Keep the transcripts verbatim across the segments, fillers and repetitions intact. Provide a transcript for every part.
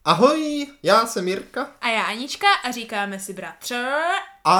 Ahoj, já jsem Jirka. A já Anička a říkáme si bratře a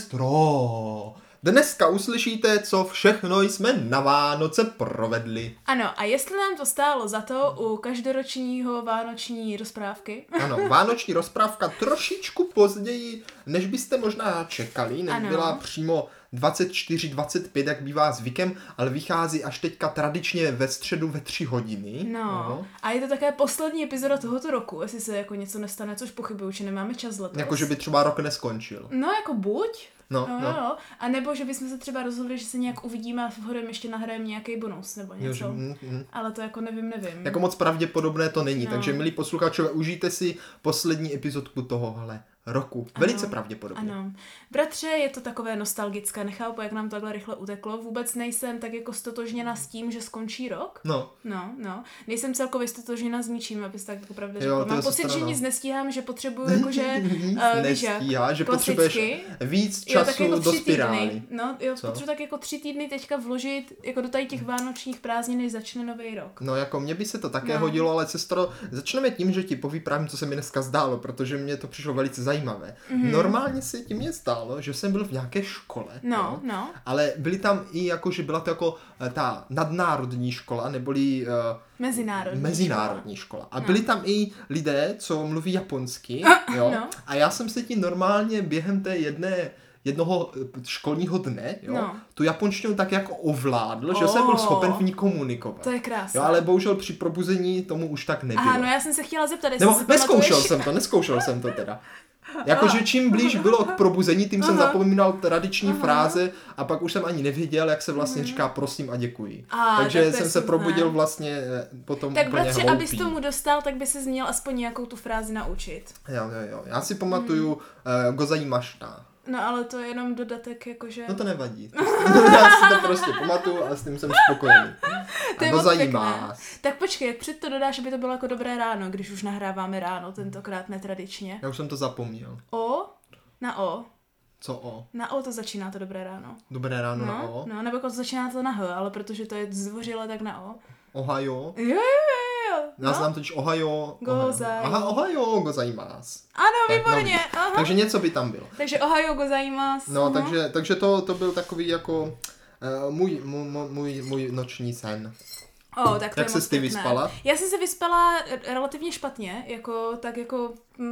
sestro. Dneska uslyšíte, co všechno jsme na Vánoce provedli. Ano, a jestli nám to stálo za to u každoročního vánoční rozprávky. Ano, vánoční rozprávka trošičku později, než byste možná čekali, než ano. byla přímo dvacet čtyři dvacet pět, jak bývá zvykem, ale vychází až teďka tradičně ve středu ve tři hodiny. No, no. A je to také poslední epizoda tohoto roku, jestli se jako něco nestane, což pochybuju, že nemáme čas letos. Jako, že by třeba rok neskončil. No, jako buď. No, no, no. no. A nebo, že bychom se třeba rozhodli, že se nějak uvidíme a vhodem ještě nahrajeme nějaký bonus nebo něco. Jo, že, mm, mm. Ale to jako nevím, nevím. Jako moc pravděpodobné to není, no. Takže milí posluchačové, užijte si poslední epizodku tohohle roku. Ano, Velice pravděpodobně. Ano. Bratře, je to takové nostalgické, nechápu, jak nám takhle rychle uteklo. Vůbec nejsem tak jako stotožněna s tím, že skončí rok. No. No, no. Nejsem celkově stotožněna s ničím, abys tak jako pravda jo, řekl. Mám pocit, strana. že nic nestíhám, že potřebuju jakože uh, nestíhá, že klasicky. Potřebuješ víc času jo, jako do spirály. Týdny. No, jo, potřebuji tak jako tři týdny teďka vložit jako do tady těch vánočních prázdnin, než začne nový rok. No, jako mně by se to také no. hodilo, ale sestro, začneme tím, že ti povyprávím, co se mi dneska zdálo, protože mě to přišlo velice zajímavé. Mm-hmm. Normálně se ti mě zdálo, že jsem byl v nějaké škole, no, no, no. ale byly tam i jako, že byla to jako ta nadnárodní škola, neboli uh, mezinárodní, mezinárodní škola. škola. A no. byli tam i lidé, co mluví japonsky, jo. No. A já jsem se ti normálně během té jedné jednoho školního dne, jo, no. tu japonštinu tak jako ovládl, oh. že oh. jsem byl schopen v ní komunikovat. To je krásné. Jo, ale bohužel při probuzení tomu už tak nebylo. Aha, no já jsem se chtěla zeptat, jestli Nebo si neskoušel pamatuješ... jsem to, neskoušel jsem to teda. Jakože čím blíž bylo k probuzení, tím jsem zapomínal tradiční Aha. fráze a pak už jsem ani nevěděl, jak se vlastně říká prosím a děkuji. A, Takže tak jsem se probudil vlastně potom tak úplně bratře, hloupý. abys tomu dostal, tak by ses měl aspoň nějakou tu frázi naučit. Jo, jo, jo. Já si pamatuju hmm. uh, gozaimašta. No ale to je jenom dodatek, jakože... No to nevadí. Já si to prostě pamatuju a s tím jsem spokojený. To je moc pěkné. Tak počkej, jak před to dodáš, aby to bylo jako dobré ráno, když už nahráváme ráno, tentokrát netradičně. Já už jsem to zapomněl. O? Na O. Co O? Na O to začíná to dobré ráno. Dobré ráno no, na O? No, nebo jako to začíná to na H, ale protože to je zdvořile, tak na O. Ohajo? Jo, jo, jo. Já no? znám totiž Ohajo. Gozai. Aha, Ohajo, gozaimasu. Ano, tak, výborně. No, aha. takže něco by tam bylo. Takže Ohajo gozaimasu. No, takže, takže to, to byl takový jako uh, můj, můj, můj, můj noční sen. Oh, tak to Jak je ses ty pěkné. vyspala? Já jsem se vyspala relativně špatně, jako tak jako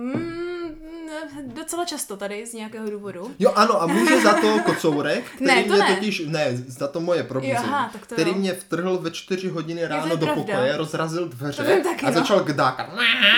mm, docela často tady z nějakého důvodu. Jo, ano, a může za to kocourek, který ne, to mě ne. totiž, ne, za to moje probuzení, jo, aha, tak to který jo. mě vtrhl ve čtyři hodiny ráno je do pravda. pokoje, rozrazil dveře taky, a no. začal kdákat.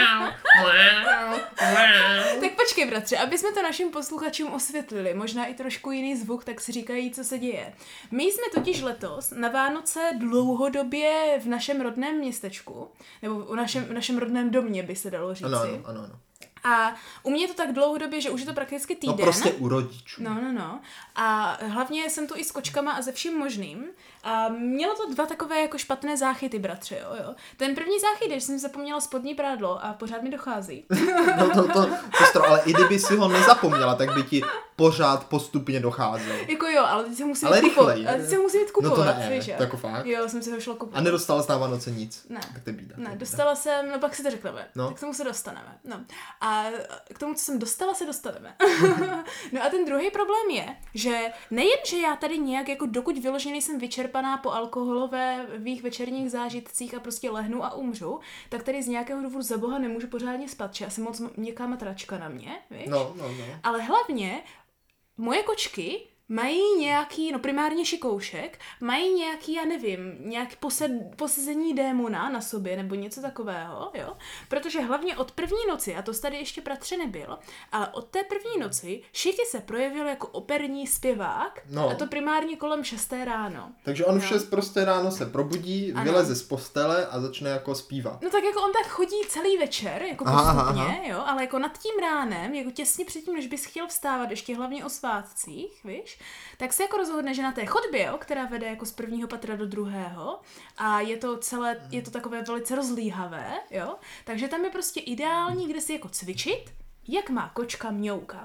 Tak počkej, bratře, aby jsme to našim posluchačům osvětlili, možná i trošku jiný zvuk, tak si říkají, co se děje. My jsme totiž letos na Vánoce dlouhodobě v našem rodném městečku, nebo v našem, v našem rodném domě by se dalo říci. Ano, ano, ano, ano. A u mě je to tak dlouhodobě, že už je to prakticky týden. No prostě u rodičů. No, no, no. A hlavně jsem tu i s kočkama a ze vším možným. A mělo to dva takové jako špatné záchyty, bratře, jo, jo. Ten první záchyt, že jsem zapomněla spodní prádlo a pořád mi dochází. No to, to, to, ale i kdyby si ho nezapomněla, tak by ti pořád postupně docházel. Jako jo, ale teď se musí ale jít kupovat. rychleji. Ale teď se musí jít kupovat, no to ne, víš, to jako fakt. Jo, jsem si ho šla kupovat. A nedostala jsi na Vánoce nic. Ne. Tak to je bída. Ne, dostala jsem, no pak si to řekneme. No. Tak k tomu se dostaneme. No. A k tomu, co jsem dostala, se dostaneme. No a ten druhý problém je, že nejen, že já tady nějak, jako dokud vyloženě nejsem vyčerpaná po alkoholových večerních zážitcích a prostě lehnu a umřu, tak tady z nějakého důvodu za boha nemůžu pořádně spát, že asi moc měkká matračka na mě, víš? No, no, no. Ale hlavně moje kočky mají nějaký, no primárně šikoušek, mají nějaký, já nevím, nějaký posed, posezení démona na sobě, nebo něco takového, jo? Protože hlavně od první noci, a to tady ještě bratře nebyl, ale od té první noci Šiki se projevil jako operní zpěvák, no. A to primárně kolem šesté ráno. Takže on v no. šest prostě ráno se probudí, ano. Vyleze z postele a začne jako zpívat. No tak jako on tak chodí celý večer, jako aha, postupně, aha. jo, ale jako nad tím ránem, jako těsně předtím, než bys chtěl vstávat, ještě hlavně o svátcích, víš, tak se jako rozhodne, že na té chodbě, jo, která vede jako z prvního patra do druhého a je to celé, je to takové velice rozlíhavé, jo, takže tam je prostě ideální, kde si jako cvičit, jak má kočka mňoukat.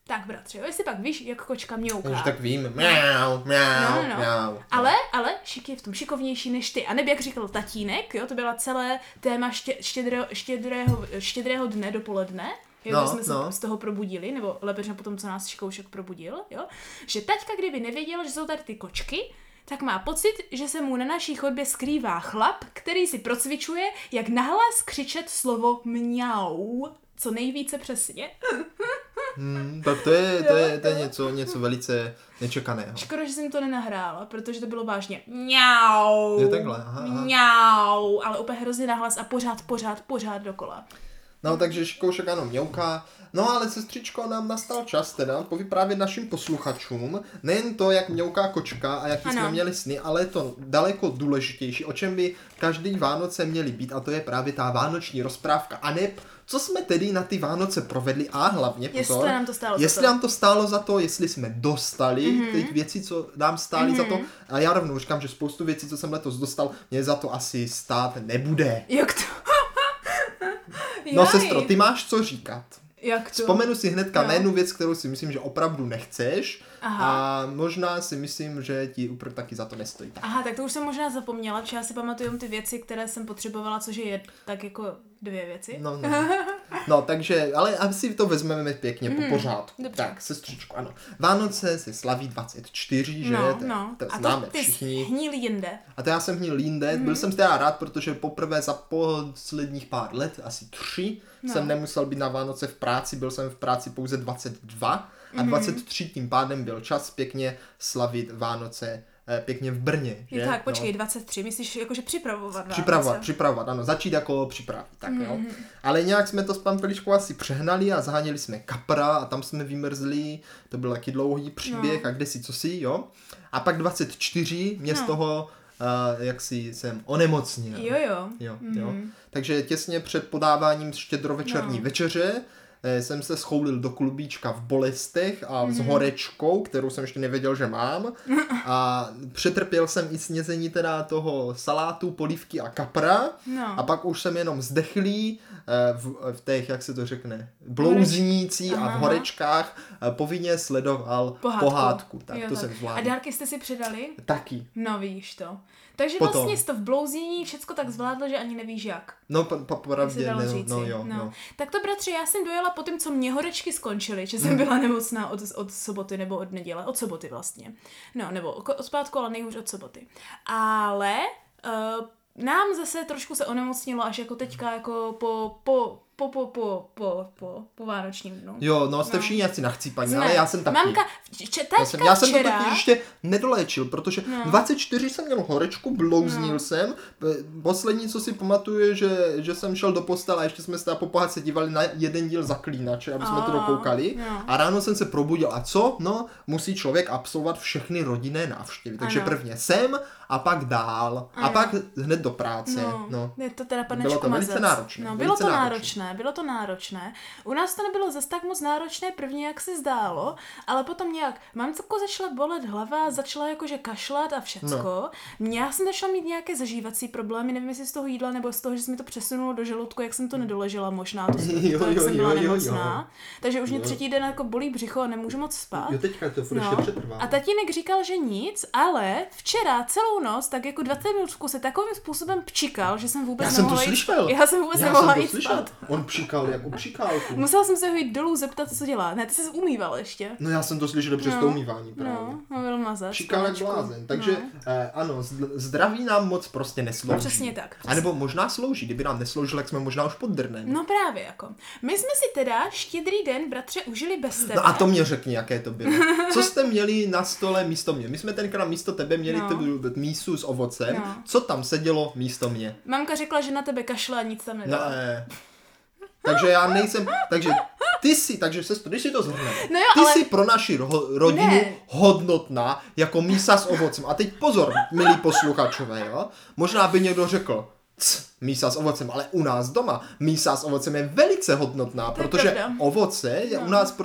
Tak, bratře, jo, jestli pak víš, jak kočka mňouká. Už tak vím. Mňau, mňau, No, no, no. mňau. Ale, ale Šik je v tom šikovnější než ty. A nebo jak říkal tatínek, jo, to byla celé téma ště, štědrého, štědrého, štědrého dne dopoledne, jo, No, že jsme se no. z toho probudili, nebo lépe řečeno potom, co nás Šikoušek probudil, jo, že taťka, kdyby nevěděl, že jsou tady ty kočky, tak má pocit, že se mu na naší chodbě skrývá chlap, který si procvičuje, jak nahlas křičet slovo mňau. Co nejvíce přesně. Hmm, tak to je, to je, to je něco, něco velice nečekaného. Škoda, že jsem to nenahrála, protože to bylo vážně mňau. Je takhle, aha, aha. Mňau, ale úplně hrozně nahlas a pořád, pořád, pořád dokola. No, takže Šikoušek ano mňouká. No, ale sestřičko, nám nastal čas teda povyprávět našim posluchačům nejen to, jak mňouká kočka a jaký Ano. jsme měli sny, ale je to daleko důležitější, o čem by každý Vánoce měli být, a to je právě ta vánoční rozprávka. A ne, co jsme tedy na ty Vánoce provedli a hlavně pozor, Jestli nám to stálo za jestli to. nám to stálo za to, jestli jsme dostali mm-hmm. ty věci, co nám stály mm-hmm. za to. A já rovnou říkám, že spoustu věcí, co jsem letos dostal, mě za to asi stát nebude. Jak to? No, Jaj. sestro, ty máš co říkat. Jak to? Vzpomenu si hnedka No. na jednu věc, kterou si myslím, že opravdu nechceš. Aha. A možná si myslím, že ti úplně taky za to nestojí. Tak. Aha, tak to už jsem možná zapomněla, protože já si pamatuju jenom ty věci, které jsem potřebovala, což je tak jako dvě věci. No, no. no, takže, ale asi to vezmeme pěkně po Mhm, pořádku. dobře. Tak, sestřičko, ano. Vánoce se slaví dvacet čtyři, že? No, to, no. to A známe to ty všichni. hníli jinde. A to já jsem hnil jinde. Mhm. Byl jsem teda rád, protože poprvé za posledních pár let, asi tři, No. jsem nemusel být na Vánoce v práci, byl jsem v práci pouze dvacet dva a Mhm. dvacet tři tím pádem byl čas pěkně slavit Vánoce eh, pěkně v Brně. Je že? tak, počkej, No. dvacet tři, myslíš jakože připravovat Připravovat, Vánoce? připravovat, ano, začít jako připravit, tak Mhm. jo. Ale nějak jsme to s Pampeličkou asi přehnali a zaháněli jsme kapra a tam jsme vymrzli, to byl taky dlouhý příběh No. a kde si co si, jo. A pak dvacet čtyři mě z No. toho, uh, jak si jsem onemocnil. Jo, jo. Jo, Mhm. jo. Takže těsně před podáváním štědrovečerní No. večeře eh, jsem se schoulil do klubíčka v bolestech a Mhm. s horečkou, kterou jsem ještě nevěděl, že mám. A přetrpěl jsem i snězení teda toho salátu, polívky a kapra. No. A pak už jsem jenom zdechlý eh, v, v těch, jak se to řekne, blouznící a Aha. v horečkách eh, povinně sledoval Pohádku. pohádku. Tak Jo, to tak. jsem A zvládl. dárky jste si přidali? Taky. No víš to. Takže Potom. vlastně jsi to v blouznění všecko tak zvládl, že ani nevíš jak. No, po, po by se pravdě, dalo ne, říci. no jo, no. no. Tak to, bratře, já jsem dojela po tom, co mě horečky skončily, že jsem byla nemocná od, od soboty nebo od neděle, od soboty vlastně. No, nebo od zpátku, ale nejhůř od soboty. Ale uh, nám zase trošku se onemocnilo až jako teďka jako po, po, po, po, po, po, po, po vánočním dnu. Jo, no jste No. všichni asi nachcípaní, Jsme. ale já jsem taky. Mamka, če, Já jsem, já jsem to včera, taky ještě nedoléčil, protože No. dvacet čtyři jsem měl horečku, blouznil No. jsem. Poslední, co si pamatuju, je, že, že jsem šel do postele a ještě jsme se teda po pohádce dívali na jeden díl Zaklínače, aby jsme to A, dokoukali. no. A ráno jsem se probudil. A co? No, musí člověk absolvovat všechny rodinné návštěvy. Takže Ano. prvně sem a pak dál. A Ano. pak hned do práce. No, No. je to teda Bylo panečku to velice mazec. náročné, No, bylo velice to náročné. náročné, bylo to náročné. U nás to nebylo zas tak moc náročné první, jak se zdálo, ale potom nějak mamcku začala bolet hlava, začala jakože kašlat a všecko. No. Já jsem začala mít nějaké zažívací problémy, nevím jestli z toho jídla nebo z toho, že se mi to přesunulo do žaludku, jak jsem to nedoležela možná, to, jsem, Jo, to jak jo, jsem byla jo, jo, nemocná. Takže už mě Jo. třetí den jako bolí břicho a nemůžu moc spát. Jo, teďka to furt No. ještě přetrvá. A tatínek říkal, že nic, ale včera celou noc tak jako dvacet minut v kuse takovým způsobem pčikal, že jsem vůbec Já jsem to nemohla jít slyšel. spát. Já jsem vůbec Já nemohla jsem to jít slyšel. spát. On přikal jako přikálku. Musela jsem se ho jít dolů zeptat, co dělá. Ne, ty jsi umýval ještě. No já jsem to slyšel přes No. to umývání právě. No, no byl mazat. Přikal jak panečku. blázen. Takže No. eh, ano, zd- zdraví nám moc prostě neslouží. Přesně tak. A nebo možná slouží, kdyby nám nesloužil, tak jsme možná už pod drnem. No právě jako. My jsme si teda štědrý den, bratře, užili bez tebe. No a to mě řekni, jaké to bylo. Co jste měli na stole místo mě? My jsme tenkrát místo tebe měli No. tu mísu s ovocem. No. Co tam sedělo místo mě? Mamka řekla, že na tebe kašle a nic tam nedala. Ne. Takže já nejsem, takže ty jsi, takže sestro, když si to zhrneme, No jo, ty ale- jsi pro naši ro- rodinu Ne. hodnotná jako mísa s ovocem. A teď pozor, milí posluchačové, jo? Možná by někdo řekl, c, mísa s ovocem, ale u nás doma mísa s ovocem je velice hodnotná, To je protože pravda. ovoce je No. u nás prostě v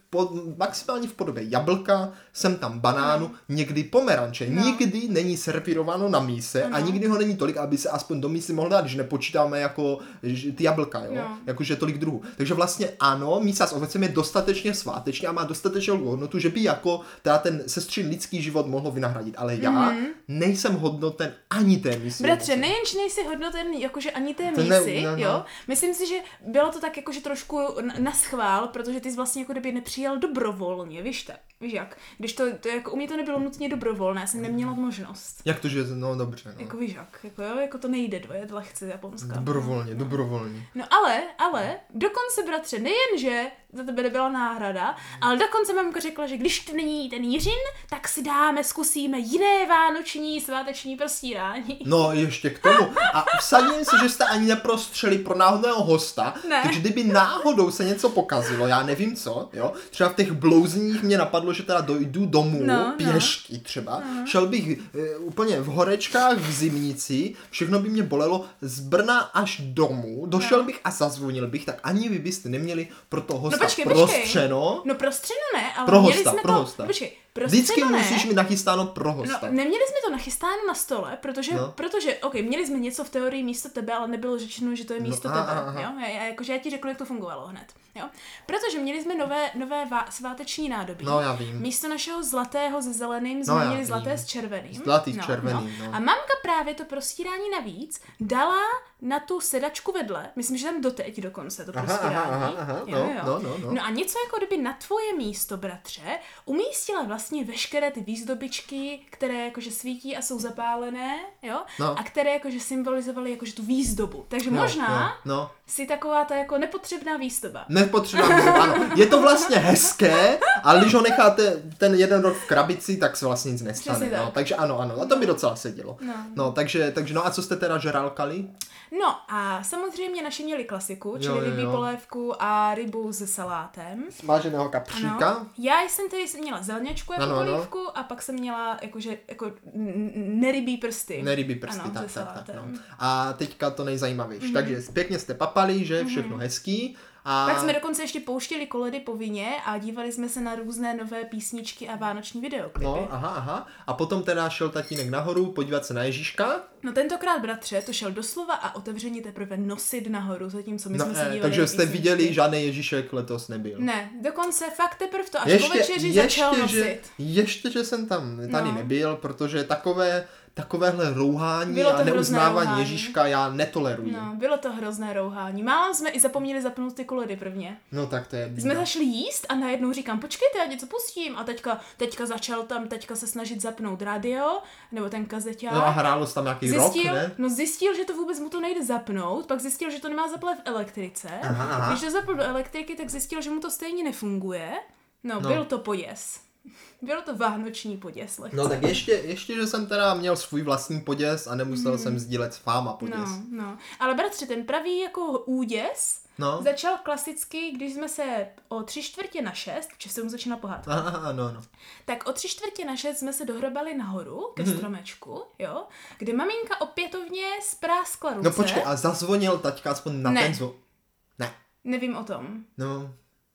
po, maximálně v podobě jablka, sem tam banánu, no. někdy pomeranče. No. Nikdy není servírováno na míse no. a nikdy ho není tolik, aby se aspoň do mísy mohl dát, když nepočítáme jako ty jablka, jo? No. Jakože tolik druhů. Takže vlastně ano, mísa s ovocem je dostatečně svátečně a má dostatečnou hodnotu, že by jako teda ten sestřin lidský život mohlo vynahradit. Ale já mm-hmm. nejsem hodnoten ani té mísy. Bratře, nejenž nejsi hodnoten jakože ani té mísy, ne, ne, jo? Myslím si, že bylo to tak jakože trošku na schvál, protože ty jsi vlastně jako kdyby nepřijal dobrovolně, víš tak, víš jak, když to, to jako u mě to nebylo nutně dobrovolné, já jsem neměla možnost. Jak to, že, no dobře, no. Jako víš jak, jako jo, jako to nejde dvojet lehce Japonska. Dobrovolně, dobrovolně. No ale, ale, dokonce bratře, nejen, že za tebe nebyla náhrada, ale dokonce mamka řekla, že když to není ten Jiřin, tak si dáme, zkusíme jiné vánoční sváteční prostírání. No, ještě k tomu. A vsadím si, že jste ani neprostřeli pro náhodného hosta, ne. Takže kdyby náhodou se něco pokazilo, já nevím co, jo, třeba v těch blouzních mě napadlo, že teda dojdu domů, no, pěšky no. třeba, no. šel bych e, úplně v horečkách v zimnici, všechno by mě bolelo z Brna až domů, došel no. bych a zazvonil bych, tak ani vy byste neměli pro toho hosta no, počkej, prostřeno. Počkej. No prostřeno ne, ale pro měli hosta, jsme pro to, hosta. Počkej, vždycky ne. musíš mít nachystáno pro hosta. No, neměli jsme to nachystáno na stole, protože, no. protože, ok, měli jsme něco v teorii místo tebe, ale nebylo řečeno, že to je místo no, tebe, aha, aha. jo, já, já, jakože já ti řeknu, jak to fungovalo hned, jo, protože měli jsme nové, nové vá, sváteční nádobí, no, já vím. Místo našeho zlatého se zeleným jsme no, měli zlaté s červeným, zlatý s no, červeným, no. no. A mamka právě to prostírání navíc dala na tu sedačku vedle, myslím, že tam doteď dokonce to prostírání, aha, aha, aha, jo, jo, jo. No, no, no. no a něco jako kdyby na tvoje místo, bratře, umístila vlastně veškeré ty výzdobičky, které jakože svítí a jsou zapálené, jo? No. A které jakože symbolizovaly jakože tu výzdobu. Takže no, možná no, no. si taková ta jako nepotřebná výzdoba. Nepotřebná výzdoba, ano. Je to vlastně hezké, ale když ho necháte ten jeden rok v krabici, tak se vlastně nic nestane. No. Takže ano, ano. A to by docela sedělo. No, no takže, takže no a co jste teda žrálkali? No a samozřejmě naši měli klasiku, čili jo, jo, rybí polévku a rybu se salátem. Smaženého kapříka. Ano. Já jsem tedy měla zelenečku jako ano, polívku ano. a pak jsem měla jakože jako nerybí prsty. Nerybí prsty, ano, tak, tak, tak. No. A teďka to nejzajímavější. Mm-hmm. Takže pěkně jste papali, že všechno mm-hmm. hezký. A... Pak jsme dokonce ještě pouštěli koledy povinně a dívali jsme se na různé nové písničky a vánoční videoklipy. No, aha, aha. A potom teda šel tatínek nahoru podívat se na Ježíška. No tentokrát, bratře, to šel doslova a otevřeně teprve nosit nahoru, zatímco my no, jsme se dívali. Takže jste viděli, žádný Ježíšek letos nebyl. Ne, dokonce fakt teprve to až ještě, po večeři ještě, začal nosit. Že, ještě, že jsem tam tady no. nebyl, protože takové... Takovéhle rouhání a neuznávání Ježíška já netoleruji. No, bylo to hrozné rouhání. Málem jsme i zapomněli zapnout ty koledy prvně. No tak to je bída. Jsme zašli jíst a najednou říkám, počkejte, já něco pustím. A teďka, teďka začal tam teďka se snažit zapnout radio, nebo ten kazeťák. No a hrálo se tam nějaký zjistil, rock, ne? No zjistil, že to vůbec mu to nejde zapnout, pak zjistil, že to nemá zaplet v elektrice. Aha, aha. Když to zapl do elektriky, tak zjistil, že mu to stejně nefunguje. No, no. Byl to poděs. Bylo to vánoční poděs lehce. No tak ještě, ještě, že jsem teda měl svůj vlastní poděs a nemusel mm. jsem sdílet s váma poděs. No, no. Ale bratře, ten pravý jako úděs no. začal klasicky, když jsme se o tři čtvrtě na šest, protože se mu začíná pohádka. Aha, no, no. Tak o tři čtvrtě na šest jsme se dohrabali nahoru ke stromečku, jo, kde maminka opětovně spráskla ruce. No počkej, a zazvonil taťka aspoň na ne. ten zvon. Ne. Nevím o tom. No.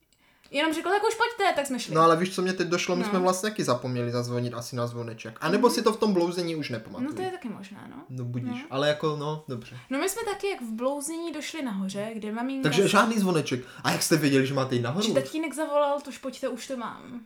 Jenom řekl, tak už pojďte, tak jsme šli. No ale víš, co mě teď došlo, my no. jsme vlastně taky zapomněli zazvonit asi na zvoneček. A nebo mm. si to v tom blouzení už nepamatuju. No to je taky možná, no. No budíš, no. ale jako, no, dobře. No my jsme taky jak v blouzení došli nahoře, kde maminka... Takže žádný zvoneček. A jak jste věděli, že máte jít nahoru? Že tatínek zavolal, tož pojďte, už to mám.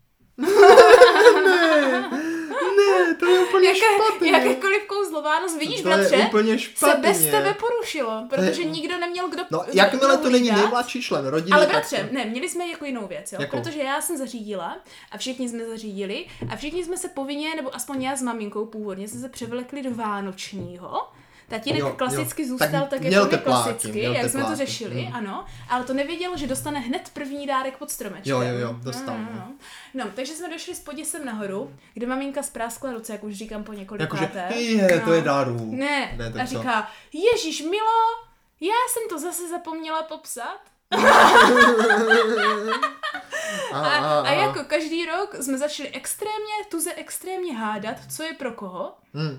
ne, ne, to je úplně Jaké, špatně. Jakékoliv kouzlovánost, vidíš, to bratře, je úplně špatně. se bez tebe porušilo, protože je... nikdo neměl kdo... No, jakmile to není nejmladší člen rodiny, ale bratře, tak to... ne, měli jsme jako jinou věc, jo, Jakou? Protože já jsem zařídila a všichni jsme zařídili a všichni jsme se povinně, nebo aspoň já s maminkou původně, jsme se převlekli do vánočního. Tatínek jo, klasicky jo. zůstal tak, tak jako my klasicky, jak tepláky. Jsme to řešili, hmm. ano, ale to nevěděl, že dostane hned první dárek pod stromečkem. Jo, jo, jo, dostal. No, no, no. no, takže jsme došli s poděsem nahoru, kde maminka spráskla ruce, jak už říkám po několikáté. Jakože, je, no. to je dáru. Ne, ne a říká, Ježíš Milo, já jsem to zase zapomněla popsat. a, a, a jako každý rok jsme začali extrémně, tuze extrémně hádat, co je pro koho. Hmm.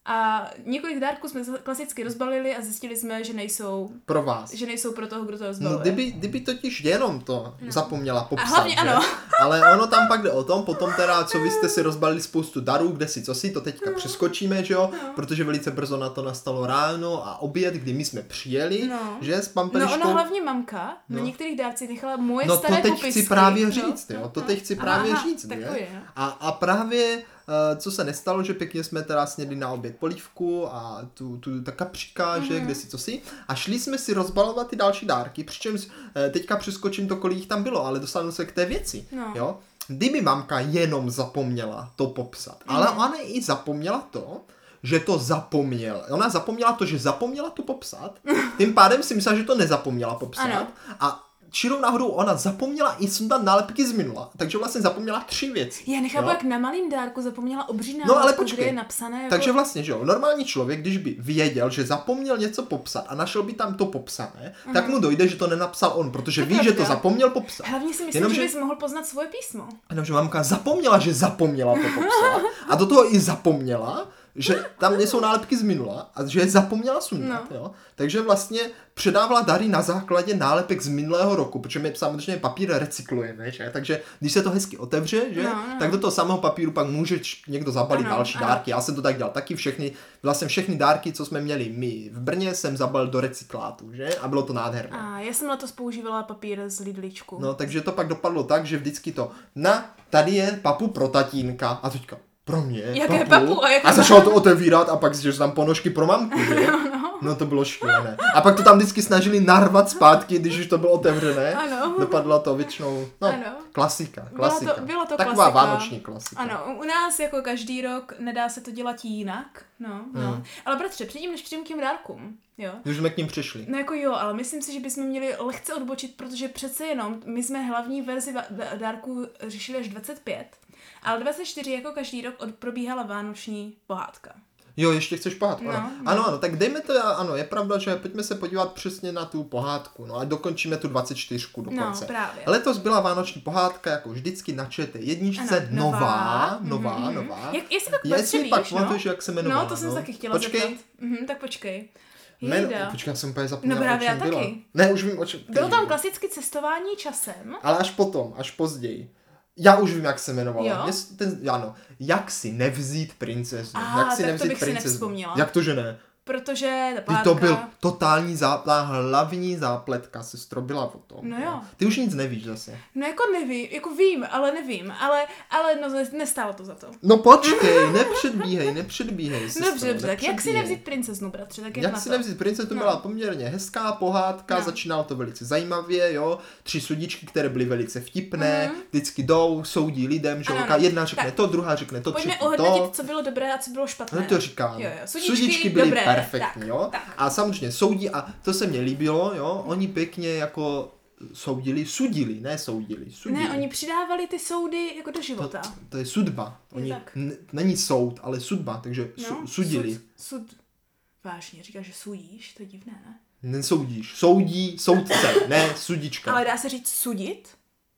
A několik dárků jsme klasicky rozbalili a zjistili jsme, že nejsou pro vás. Že nejsou pro toho, kdo to rozbaluje. No, kdyby, kdyby totiž jenom to no. zapomněla popsat, a hlavně, že? Ano. Ale ono tam pak jde o tom, potom teda, co vy jste si rozbalili spoustu darů, kde si, co si, to teďka no. přeskočíme, že jo, no. protože velice brzo na to nastalo ráno a oběd, kdy my jsme přijeli, no. že s pampeliškou. No ona hlavně mamka no. na některých dárcích nechala moje no, staré to teď popisky. chci právě říct, no. jo, to no. teď chci aha, právě aha, říct, tak je? A, a právě Uh, co se nestalo, že pěkně jsme teda snědli na oběd polívku a tu, tu ta kapříka, mm-hmm. že kde si co si a šli jsme si rozbalovat ty další dárky, přičemž uh, teďka přeskočím to, kolik jich tam bylo, ale dostanu se k té věci, no. jo. Kdyby mamka jenom zapomněla to popsat, mm. ale ona i zapomněla to, že to zapomněla. Ona zapomněla to, že zapomněla to popsat, tím pádem si myslela, že to nezapomněla popsat ano. a čirou náhodou ona zapomněla i sundat nálepky z minula, takže vlastně zapomněla tři věci. Já nechápu, jak na malým dárku zapomněla obří nálepku, no, ale počkej, kde je napsané jako... Takže vlastně, že jo, normální člověk, když by věděl, že zapomněl něco popsat a našel by tam to popsané, uh-huh. tak mu dojde, že to nenapsal on, protože to ví, pravda. že to zapomněl popsat. Hlavně si myslím, Jenom, že bys mohl poznat svoje písmo. Jenomže mamka zapomněla, že zapomněla to popsat a do toho i zapomněla, že tam nejsou nálepky z minula a že je zapomněla sundat, no. jo. Takže vlastně předávala dary na základě nálepek z minulého roku, protože my samozřejmě papír recyklujeme, že? Takže když se to hezky otevře, že? No, no. tak do toho samého papíru pak může někdo zabalit ano, další ano. dárky. Já jsem to tak dělal taky všechny, vlastně všechny dárky, co jsme měli my v Brně, jsem zabalil do recyklátu, že? A bylo to nádherné. A já jsem letos používala papír z Lidličku. No, takže to pak dopadlo tak, že vždycky to, na, tady je papu pro tatínka a teďka pro mě, jaké papu, papu a, jaké a začalo to otevírat a pak že tam ponožky pro mamku, že? No, no. no to bylo šílené. A pak to tam vždycky snažili narvat zpátky, když už to bylo otevřené. Ano. Dopadlo to většinou, no, ano. klasika, klasika. Bylo to, bylo to Taková klasika. vánoční klasika. Ano, u nás jako každý rok nedá se to dělat jinak, no, no. Hmm. Ale bratře, předtím, než přijím k těm dárkům, jo. Už jsme k ním přišli. No jako jo, ale myslím si, že bychom měli lehce odbočit, protože přece jenom my jsme hlavní verzi dárků řešili až dvacet pět, ale dvacet čtyři jako každý rok od, probíhala vánoční pohádka. Jo, ještě chceš pohádku, no, ano. No. Ano, ano, tak dejme to, ano, je pravda, že pojďme se podívat přesně na tu pohádku, no a dokončíme tu dvacet čtyři dokonce. No, právě. Letos byla vánoční pohádka, jako vždycky na Č T jedničce, ano, nová, nová, nová, mm-hmm. nová. Jak, jestli pak jestli víš, pak no? pamatuješ, jak se jmenovala. No, to jsem no? se taky chtěla počkej. zeptat. Mhm, tak počkej. Men, počkej, já jsem úplně zapomněla, no, právě o čem já byla. taky. Ne, už vím, o čem. Bylo tam klasicky cestování časem. Ale až potom, až později. Já už vím, jak se jmenovala. Jo? Ten, ano, jak si nevzít princezu. Ah, jak si tak nevzít to bych princezu. si nevzpomněla. Jak to, že ne? Protože ta pohádka... To byl totální záplet, hlavní zápletka, sestro, byla o tom. No jo. Ty už nic nevíš zase. No jako nevím, jako vím, ale nevím, ale, ale no nestálo to za to. No počkej, nepředbíhej, nepředbíhej, sestro. Dobře, dobře, tak jak si nevzít princeznu, bratře, tak jak, jak na si to? nevzít princeznu, to no. byla poměrně hezká pohádka, no. Začínalo to velice zajímavě, jo, tři sudičky, které byly velice vtipné, mm. vždycky jdou, soudí lidem, že ano, jedna řekne tak. to, druhá řekne to, třetí to. Pojďme ohodnotit, co bylo dobré a co bylo špatné. No to říkám. Jo, jo. Sudičky, sudičky byly dobré, perfektní, tak, jo. Tak. A samozřejmě soudí, a to se mně líbilo, jo, oni pěkně jako soudili, sudili, ne soudili, sudili. Ne, oni přidávali ty soudy jako do života. To, to je sudba. Oni, je n- není soud, ale sudba, takže no, su- sudili. Sud, sud. Vážně, říkáš, že sudíš, to je divné, ne? Nesoudíš, soudí soudce, ne sudička. Ale dá se říct sudit?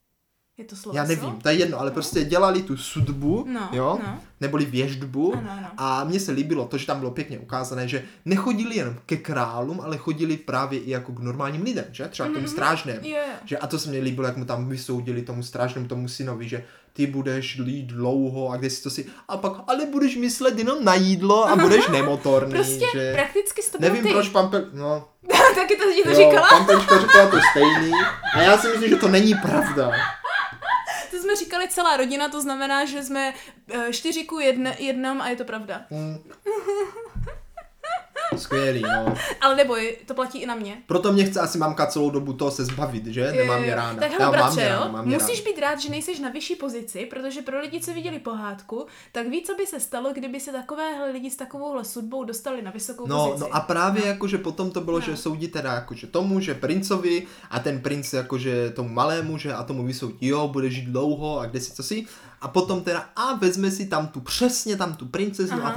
Je to slovo? Já nevím, to je jedno, ale no. prostě dělali tu sudbu, no, jo, no. neboli věštbu ano, ano. a mně se líbilo to, že tam bylo pěkně ukázané, že nechodili jen ke králům, ale chodili právě i jako k normálním lidem, že? Třeba k tomu strážnému. Mm-hmm. Yeah. Že, a to se mně líbilo, jak mu tam vysoudili tomu strážnému, tomu synovi, že ty budeš lít dlouho a kde si to si, a pak, ale budeš myslet jenom na jídlo a budeš nemotorný. Prostě že... prakticky s to byl Nevím, ty. proč Pampel, no. Taky to ti to jo, říkala? Pampelička řekla to stejný a já si myslím, že to není pravda. To jsme říkali celá rodina, to znamená, že jsme čtyři ku jedne, jednom a je to pravda. Hmm. Skvělý, no. Ale neboj, to platí i na mě. Proto mě chce asi mamka celou dobu toho se zbavit, že? Nemám mě ráda. Tak hele, bratře, jo, ráda, musíš ráda. být rád, že nejseš na vyšší pozici, protože pro lidi, co viděli pohádku, tak ví, co by se stalo, kdyby se takovéhle lidi s takovouhle sudbou dostali na vysokou no, pozici. No a právě no. jakože potom to bylo, no. že soudí teda jakože tomu, že princovi a ten princ jakože tomu malému, že a tomu vysoudí, jo, bude žít dlouho a kde si co si. A potom teda a vezme si tam tu, přesně tam tu princeznu a tak.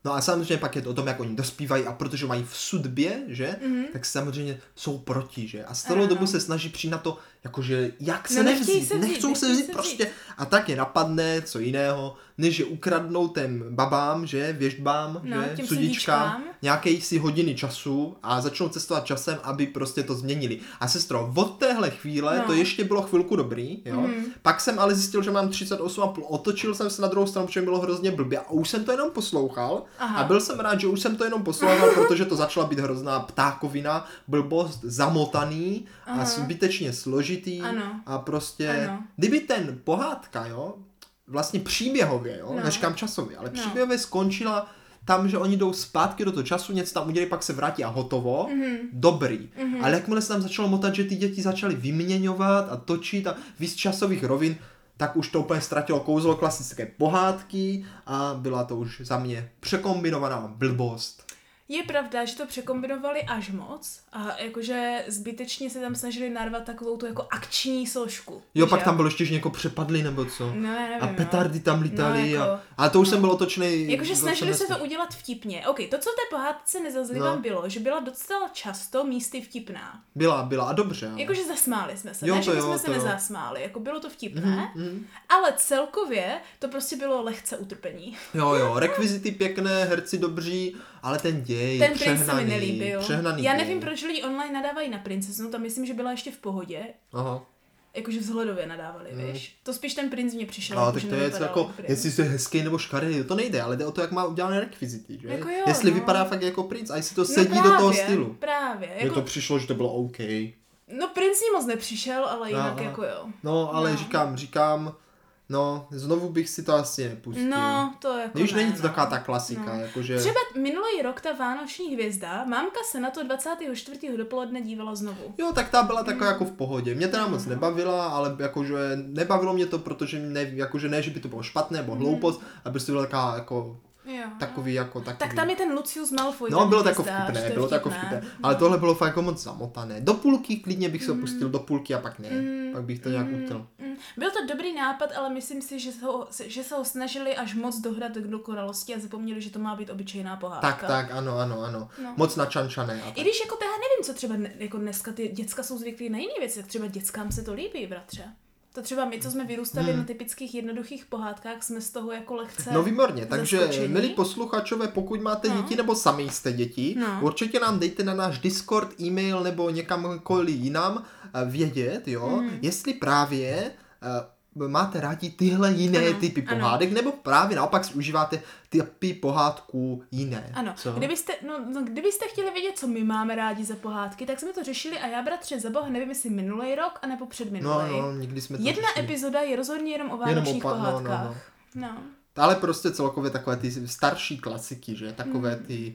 No a samozřejmě pak je to o tom, jak oni dospívají a protože mají v sudbě, že, mm-hmm. tak samozřejmě jsou proti, že. A z celou dobu se snaží přijít na to, jakože jak se no, nevzít, se vzít, nechcou se vzít, se prostě. Vzít. A tak je napadne co jiného, než že ukradnou těm babám, že, věžbám, no, že, sudičkám, nějaké si hodiny času a začnou cestovat časem, aby prostě to změnili. A sestro, od téhle chvíle no. to ještě bylo chvilku dobrý, jo. Mm. Pak jsem ale zjistil, že mám třicet osm a půl, otočil jsem se na druhou stranu, protože mi bylo hrozně blbě a už jsem to jenom poslouchal. Aha. A byl jsem rád, že už jsem to jenom poslouchal, protože to začala být hrozná ptákovina, blbost, zamotaný Aha. a zbytečně složitý ano. a prostě, ano. kdyby ten pohádka, jo, vlastně příběhově, jo, no. neříkám časově, ale no. příběhově skončila tam, že oni jdou zpátky do toho času, něco tam udělají, pak se vrátí a hotovo, mm-hmm. dobrý. Mm-hmm. Ale jakmile se tam začalo motat, že ty děti začaly vyměňovat a točit a víc časových rovin, tak už to úplně ztratilo kouzlo klasické pohádky a byla to už za mě překombinovaná blbost. Je pravda, že to překombinovali až moc a jakože zbytečně se tam snažili narvat takovou tu jako akční složku. Jo, pak tam bylo ještě, že někoho přepadli nebo co. No, nevím, a petardy tam lítaly. No, jako, a, ale to už no. jsem byl otočnej. Jakože snažili se to udělat vtipně. Ok, to, co v té pohádce nezazlívám, no. bylo, že byla docela často místy vtipná. Byla, byla a dobře. Jakože zasmáli jsme se, jo, ne, že bychom se nezasmáli, jako bylo to vtipné, mm-hmm. ale celkově to prostě bylo lehce utrpení. Jo, jo, rekvizity pěkné, herci dobří, ale ten děj ten přehnaný. Ten princ se mi nelíbil. Přehnaný Já děj. nevím, proč lidi online nadávají na princeznu, tam myslím, že byla ještě v pohodě. Aha. Jakože vzhledově nadávali, mm. víš. To spíš ten princ mě přišel. Ale tak to je jako, jestli jsi hezký nebo škaredý, to nejde, ale jde o to, jak má udělané rekvizity, že? Jako jo, jestli no. vypadá fakt jako princ a jestli to sedí no právě, do toho stylu. Právě. Mně jako... to přišlo, že to bylo OK. No princ ní moc nepřišel, ale jinak Aha. jako jo. No, ale no. říkám, říkám, no, znovu bych si to asi nepustil. No, to jako Když ne, není to no. taková ta klasika, no. jakože... Třeba minulý rok ta Vánoční hvězda, mámka se na to dvacátého čtvrtého dopoledne dívala znovu. Jo, tak ta byla taková mm. jako v pohodě. Mě teda moc nebavila, ale jakože nebavilo mě to, protože ne, jakože ne, že by to bylo špatné nebo hloupost, mm. ale prostě byla taková jako... Jo. Takový jako takový. Tak tam je ten Lucius Malfoy. No, bylo to jako vtipné, bylo to jako vtipné. Ale tohle bylo fakt jako moc zamotané. Do půlky klidně bych se opustil, mm. do půlky a pak ne. Mm. Pak bych to nějak mm. util. Mm. Byl to dobrý nápad, ale myslím si, že se ho, že se ho snažili až moc dohrát do dokonalosti a zapomněli, že to má být obyčejná pohádka. Tak, tak, ano, ano, ano. No. Moc načančané. A tak. I když jako teda nevím, co třeba ne, jako dneska ty děcka jsou zvyklí na jiné věci, tak třeba dětskám se to líbí, bratře. To třeba my, co jsme vyrůstali hmm. na typických jednoduchých pohádkách, jsme z toho jako lehce No výborně, takže zaskočení. milí posluchačové, pokud máte no. děti nebo sami jste děti, no. určitě nám dejte na náš Discord, e-mail nebo někamkoliv jinam vědět, jo, hmm. jestli právě uh, máte rádi tyhle jiné ano, typy pohádek, ano. nebo právě naopak si užíváte typy pohádků jiné. Ano, co? Kdybyste, no, no, kdybyste chtěli vědět, co my máme rádi za pohádky, tak jsme to řešili a já, bratře, za boha, nevím, jestli minulý rok, anebo předminulý. No, no, nikdy jsme to Jedna řešili. epizoda je rozhodně jenom o vánočních jenom opa- pohádkách. No, no, no. no. Ale prostě celkově takové ty starší klasiky, že? Takové mm. ty...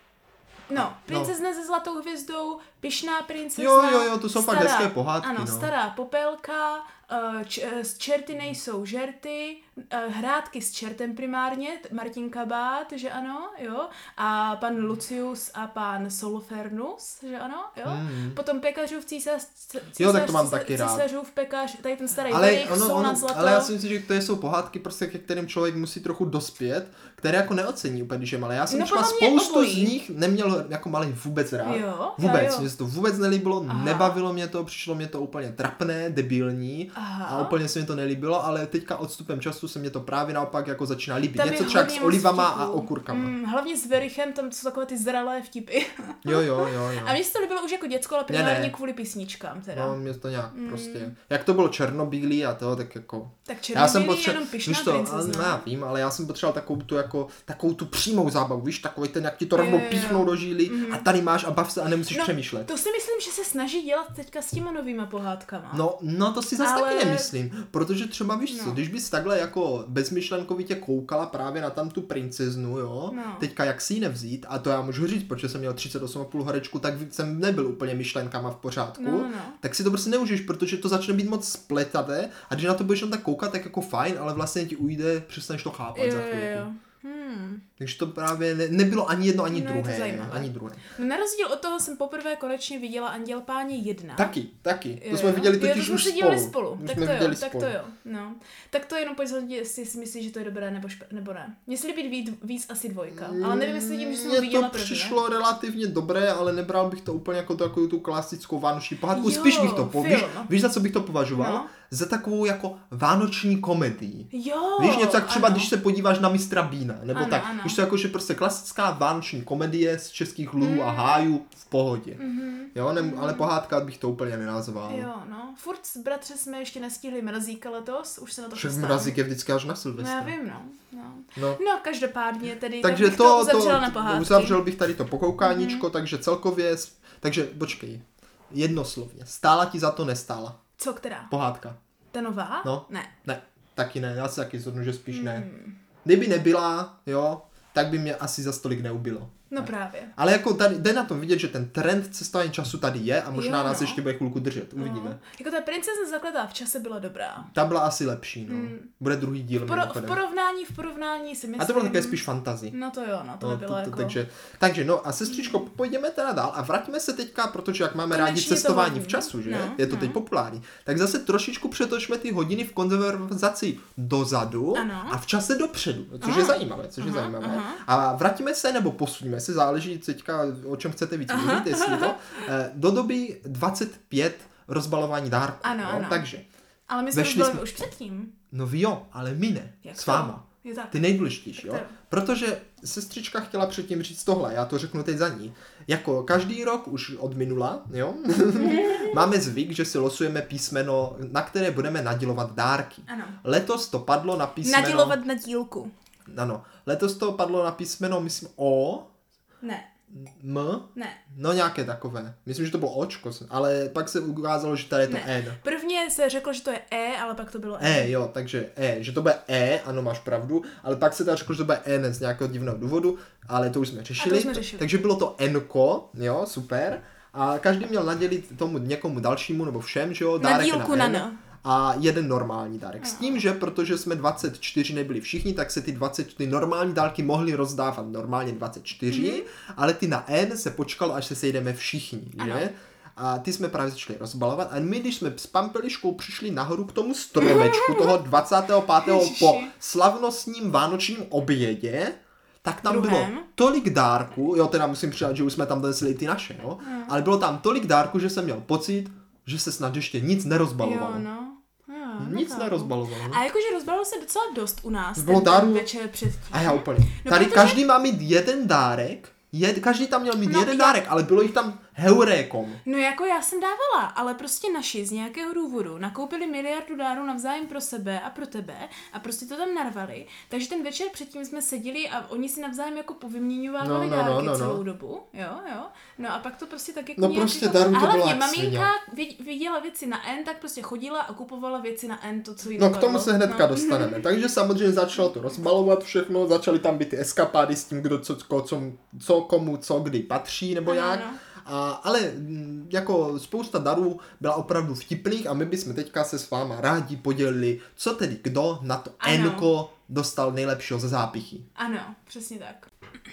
No, princezna no. se zlatou hvězdou, pyšná princezna. Jo, jo, jo, to jsou stará, fakt hezké pohádky, ano, no. stará popelka, č- čerty nejsou žerty, hrátky s čertem primárně, Martin Kabát, že ano, jo, a pan Lucius a pan Solfernus, že ano, jo, mm. potom pekařův císař, císař, jo, tak to mám taky rád. Císařův pekař, tady ten starý ale, Verich, ono, ono, zlato. ale já si myslím, že to jsou pohádky, prostě, ke kterým člověk musí trochu dospět, které jako neocení úplně, když je malé. Já jsem no, třeba spoustu z nich neměl jako malý vůbec rád. Jo, vůbec, jo, jo. mě se to vůbec nelíbilo, Aha. nebavilo mě to, přišlo mě to úplně trapné, debilní Aha. a úplně se mi to nelíbilo, ale teďka odstupem času se mě to právě naopak jako začíná líbit. Tam něco třeba s olivama a okurkama. Mm, hlavně s Verichem, tam jsou takové ty zralé vtipy. jo, jo, jo, jo. A mně se to líbilo už jako děcko, ale primárně kvůli písničkám teda. No, mě to nějak mm. prostě. Jak to bylo černobílý a to, tak jako... Tak černobílý potře- je jenom pyšná to, princezna. No, já vím, ale já jsem potřeboval takovou tu jako, takovou tu přímou zábavu, víš, takový ten, jak ti to rovnou píchnou do žíly mm. a tady máš a bav se a nemusíš no, přemýšlet. To si myslím, že se snaží dělat teďka s těma novýma pohádkama. No, no to si zase ale... taky nemyslím, protože třeba víš no. co, když bys takhle jako bezmyšlenkovitě koukala právě na tam tu princeznu, jo, no. teďka jak si ji nevzít, a to já můžu říct, protože jsem měl třicet osm a půl horečku, tak jsem nebyl úplně myšlenkama v pořádku, no, no. tak si to prostě neužiješ, protože to začne být moc spletaté a když na to budeš jen tak koukat, tak jako fajn, ale vlastně ti ujde, přestaneš to chápat jo, za chvilku. Jo, jo. Hmm. Takže to právě ne, nebylo ani jedno, ani No, je to druhé. zajímavé. Ani druhé. No, na rozdíl od toho jsem poprvé konečně viděla Anděl Páně jedna. Taky, taky. To Jo, jsme jo. viděli Jo, to totiž jsme už si dívali spolu. spolu. Už Tak jsme to jo, viděli tak spolu. to jo. No. Tak to jenom pojď jestli si myslíš, že to je dobré nebo, špe- nebo ne. Mně se líbí víc, víc asi dvojka, ale nevím, jestli tím, že jsem ho Mně viděla to prvně. přišlo relativně dobré, ale nebral bych to úplně jako takovou tu klasickou vánoční pohádku. Jo, Spíš bych to, po, víš, film. víš, za co bych to považoval? No. Za takovou jako vánoční komedii. Jo, Víš, něco jak třeba, ano. když se podíváš na mistra Beana, nebo Ano, tak. ano. Víš, to jako, že prostě klasická vánoční komedie z českých lů Mm. a hájů v pohodě. Mhm. Jo, ne, ale pohádka bych to úplně nenazval. Jo, no. Furt s bratře jsme ještě nestihli Mrazíka letos, už se na to Však chystám. Mrazík je vždycky až na No, Silvestra. já vím, no. No, No. no každopádně tedy, Takže tak bych to, to to, uzavřela na to pohádky. uzavřel bych tady to pokoukáníčko, mm-hmm. takže celkově, takže počkej, jednoslovně, stála ti za to, nestála? Co, která? Pohádka. Ta nová? No. Ne. Ne, taky ne, já si taky zhodnu, že spíš ne. Hmm. Kdyby nebyla, jo, tak by mě asi za stolik neubilo. No právě. Ale jako tady jde na tom vidět, že ten trend cestování času tady je a možná Jo, nás no. ještě bude chvilku držet, uvidíme. No. Jako ta princezna zakletá v čase byla dobrá. Ta byla asi lepší, no. Hmm. Bude druhý díl. V, poro- v mimochodem. porovnání, v porovnání si myslím... A to bylo také spíš fantasy. No to jo, no to No, nebylo jako... takže, takže no a sestřičko, pojďme teda dál a vraťme se teďka, protože jak máme Konečně rádi je to cestování hodně. v času, že? No, Je to no. teď populární. Tak zase trošičku přetočme ty hodiny v konverzaci dozadu Ano. a v čase dopředu, což Aha. je zajímavé, což je Aha, zajímavé. aha. A vraťme se nebo posuníme se, záleží teďka, o čem chcete víc Aha, mluvit, jestli to, eh, do doby dvacet pět rozbalování dárků. Ano, no? ano. Takže, Ale my jsme Vešli rozbalili jsme- už předtím. no vy jo, ale my ne, Jak s to? váma. Je tak. Ty nejdůležitější, jo? Tak to jo. Protože sestřička chtěla předtím říct tohle, já to řeknu teď za ní. Jako každý rok už od minula, jo? Máme zvyk, že si losujeme písmeno, na které budeme nadělovat dárky. Ano. Letos to padlo na písmeno... Nadělovat na dílku. Ano. Letos to padlo na písmeno, myslím, O, Ne, M, ne. no nějaké takové. Myslím, že to bylo Očko, ale pak se ukázalo, že tady je to Ne. N. Prvně se řeklo, že to je E, ale pak to bylo E. E, jo, takže E, že to bude E, ano, máš pravdu, ale pak se teda řeklo, že to bude N z nějakého divného důvodu, ale to už jsme řešili. jsme řešili. Takže bylo to N-ko, jo, super. A každý měl nadělit tomu někomu dalšímu, nebo všem, že jo, Na dárek dílku na N. N. A jeden normální dárek. S Aha. tím, že protože jsme dvacet čtyři nebyli všichni, tak se ty dvacet čtyři normální dárky mohly rozdávat normálně dvacet čtyři, mm-hmm. ale ty na N se počkalo, až se sejdeme všichni, Ano. že? A ty jsme právě začali rozbalovat a my, když jsme s Pampeliškou přišli nahoru k tomu stromečku toho dvacátého pátého Ježiši. po slavnostním vánočním obědě, tak tam Druhém. bylo tolik dárků, jo, teda musím přidat, že už jsme tam donesli ty naše, jo, Hmm. ale bylo tam tolik dárků, že jsem měl pocit, že se snad ještě nic nerozbalovalo. Jo, no. Jo, Nic nechápu. nerozbalovalo. No. A jakože rozbalilo se docela dost u nás. Bylo ten, dárů- ten večer předtím. A já úplně. No, Tady protože- každý má mít jeden dárek, jed, každý tam měl mít No, jeden já- dárek, ale bylo jich tam heurékom. No jako já jsem dávala, ale prostě naši z nějakého důvodu nakoupili miliardu dárů navzájem pro sebe a pro tebe a prostě to tam narvali. Takže ten večer předtím jsme seděli a oni si navzájem jako povyměňovali No, no, no, dárky no, no. celou dobu. Jo, jo. No a pak to prostě tak jako No nějak prostě jako... darů to A bylo hlavně jak maminka vid- viděla věci na N, tak prostě chodila a kupovala věci na N, to co jí No k tomu dopadlo. se hnedka no. dostaneme. Takže samozřejmě začalo to rozbalovat všechno, začaly tam být ty eskapády s tím, kdo co, ko, co, co komu, co kdy patří nebo Ano, jak. ano. A, ale mm, jako spousta darů byla opravdu vtipných a my bychom teďka se s váma rádi podělili, co tedy kdo na to Ano. N-ko dostal nejlepšího ze zápichy. Ano, přesně tak.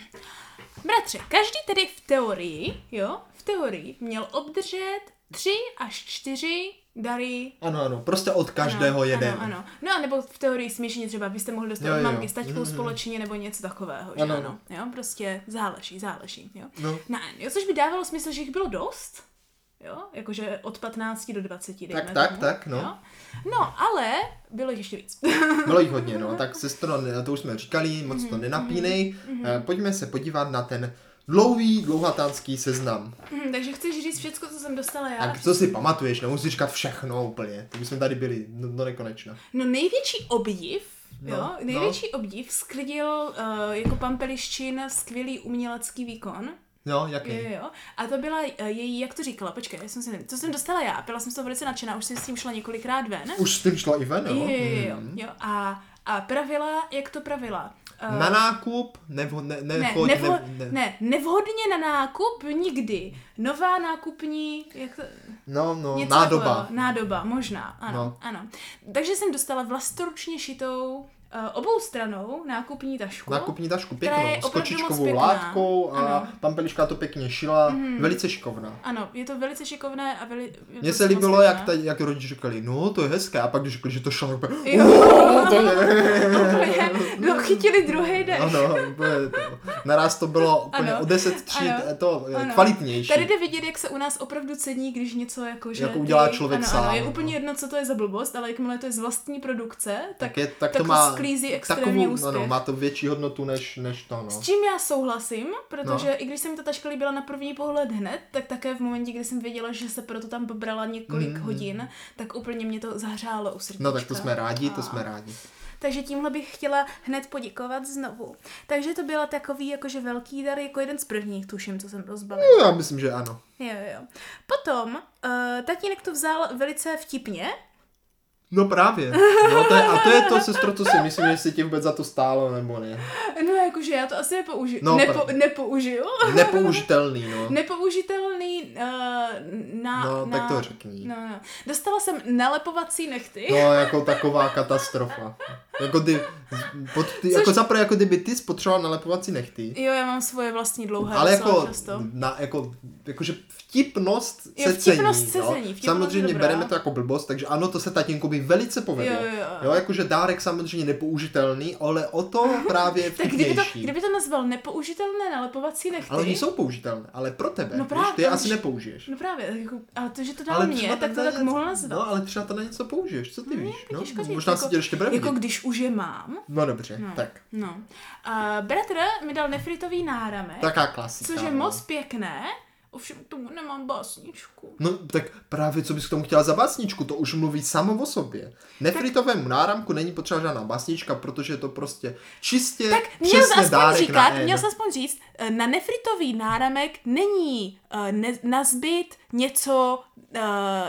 Bratře, každý tedy v teorii, jo, v teorii měl obdržet tři až čtyři dary. Ano, ano, prostě od každého ano, jeden. Ano, ano. No a nebo v teorii smíšeně třeba byste mohli dostat Jo, od jo. mamky s taťkou Mhm. společně nebo něco takového, že Ano. ano. Jo, prostě záleží, záleží, jo. No. Na N, jo, což by dávalo smysl, že jich bylo dost. Jo, jakože od patnácti do dvaceti, dejme Tak, tak, tomu, tak, no. Jo? No, ale bylo jich ještě víc. Bylo jich hodně, no, tak sestro, to už jsme říkali, moc to nenapínej. Eh, Pojďme se podívat na ten dlouhý, dlouhatánský seznam. Hm, takže chceš říct všecko, co jsem dostala já? Tak co si pamatuješ, nemusíš říkat všechno úplně, to bychom tady byli do, do nekonečna. No největší obdiv, No, jo, no. největší obdiv sklidil uh, jako Pampeliščin skvělý umělecký výkon. Jo, jaký? Jo, jo. A to byla uh, její, jak to říkala, počkej, já jsem si nevím, co jsem dostala já, byla jsem z toho velice nadšená, už jsem s tím šla několikrát ven. Už s tím šla i ven, jo? Jo, jo, jo, Hmm. jo. A, a pravila, jak to pravila? Uh, Na nákup, nevho, ne, ne, nechoď, nevho, ne, ne, ne, nevhodně na nákup nikdy. Nová nákupní, jak to, no, no, něco nádoba. takového. Nádoba, možná, ano, No. ano. Takže jsem dostala vlastoručně šitou uh, obou stranou nákupní tašku. Nákupní tašku, která je pěknou, s opravdu moc kočičkovou pěkná. látkou a Ano. pampeliška to pěkně šila, Mhm. velice šikovná. Ano, je to velice šikovné a veli, je Mně to se moc líbilo, pěkné. jak, tady, jak rodiče říkali, no to je hezké, a pak když řekli, že to šlo, tak Jo. "Oh, to je... Úplně, no, chytili druhý dech. Ano, úplně to. Naraz to bylo úplně Ano. o deset tříd Ano. to Ano. kvalitnější. Tady jde vidět, jak se u nás opravdu cení, když něco jako, že Jako udělá ty- člověk ano, sám, Ano, je no. úplně jedno, co to je za blbost, ale jakmile to je z vlastní produkce, tak, tak, je, tak, tak to má sklízí extrémně takovou, úspěch. no, no, má to větší hodnotu než, než to, no. S čím já souhlasím, protože No. i když se mi ta taška líbila na první pohled hned, tak také v momentě, kdy jsem věděla, že se proto tam pobrala několik Mm. hodin, tak úplně mě to zahřálo u srdíčka. No tak to jsme rádi, to A- jsme rádi. Takže tímhle bych chtěla hned poděkovat znovu. Takže to byla takový jakože velký dar, jako jeden z prvních, tuším, co jsem rozbalila. No, já myslím, že ano. Jo, jo. Potom uh, tatínek to vzal velice vtipně. No právě. No, to je, a to je to, sestro, co si myslím, že si ti vůbec za to stálo, nebo ne. No jakože já to asi nepoužiju. No, Nepo, pardon. nepoužiju. Nepoužitelný, no. Nepoužitelný uh, na... No, na, tak to řekni. No, no. Dostala jsem nalepovací nechty. No, jako taková katastrofa. Jako ty, pod, ty jako zaprvé, jako kdyby ty spotřeboval nalepovací nechty, Jo, já mám svoje vlastní dlouhé ale docela jako, často. na, jako, jakože vtipnost se Jo, vtipnost cení. se jo. cení, vtipnost Samozřejmě je dobrá. bereme to jako blbost, takže ano, to se tatínkovi velice povedlo. Jo, jo, jo. jo, jakože dárek samozřejmě nepoužitelný, ale o to právě Tak kdyby to, vtipnější. kdyby to nazval nepoužitelné nalepovací nechty. Ale oni jsou použitelné, ale pro tebe, No víš, právě, ty je ale asi že- nepoužiješ. No právě, jako, ale to, že to dal Ale mě, třeba tak to na tak něco- mohl nazvat. No, ale třeba to na něco použiješ, co ty No, víš, jako no? těžko říct, Možná jako- si tě ještě bude Jako vidět. když už je mám. No dobře, No. tak. No. Uh, bratr mi dal nefritový náramek, Taká klasika. což je no. moc pěkné, ovšem k tomu nemám básničku. No tak právě co bys k tomu chtěla za básničku, to už mluví samo o sobě. Nefritovému náramku není potřeba žádná básnička, protože je to prostě čistě Tak měl přesně jsi aspoň dárek říkat, na N. měl jsi aspoň říct, eh, na nefritový náramek není uh, ne, nazbyt něco uh,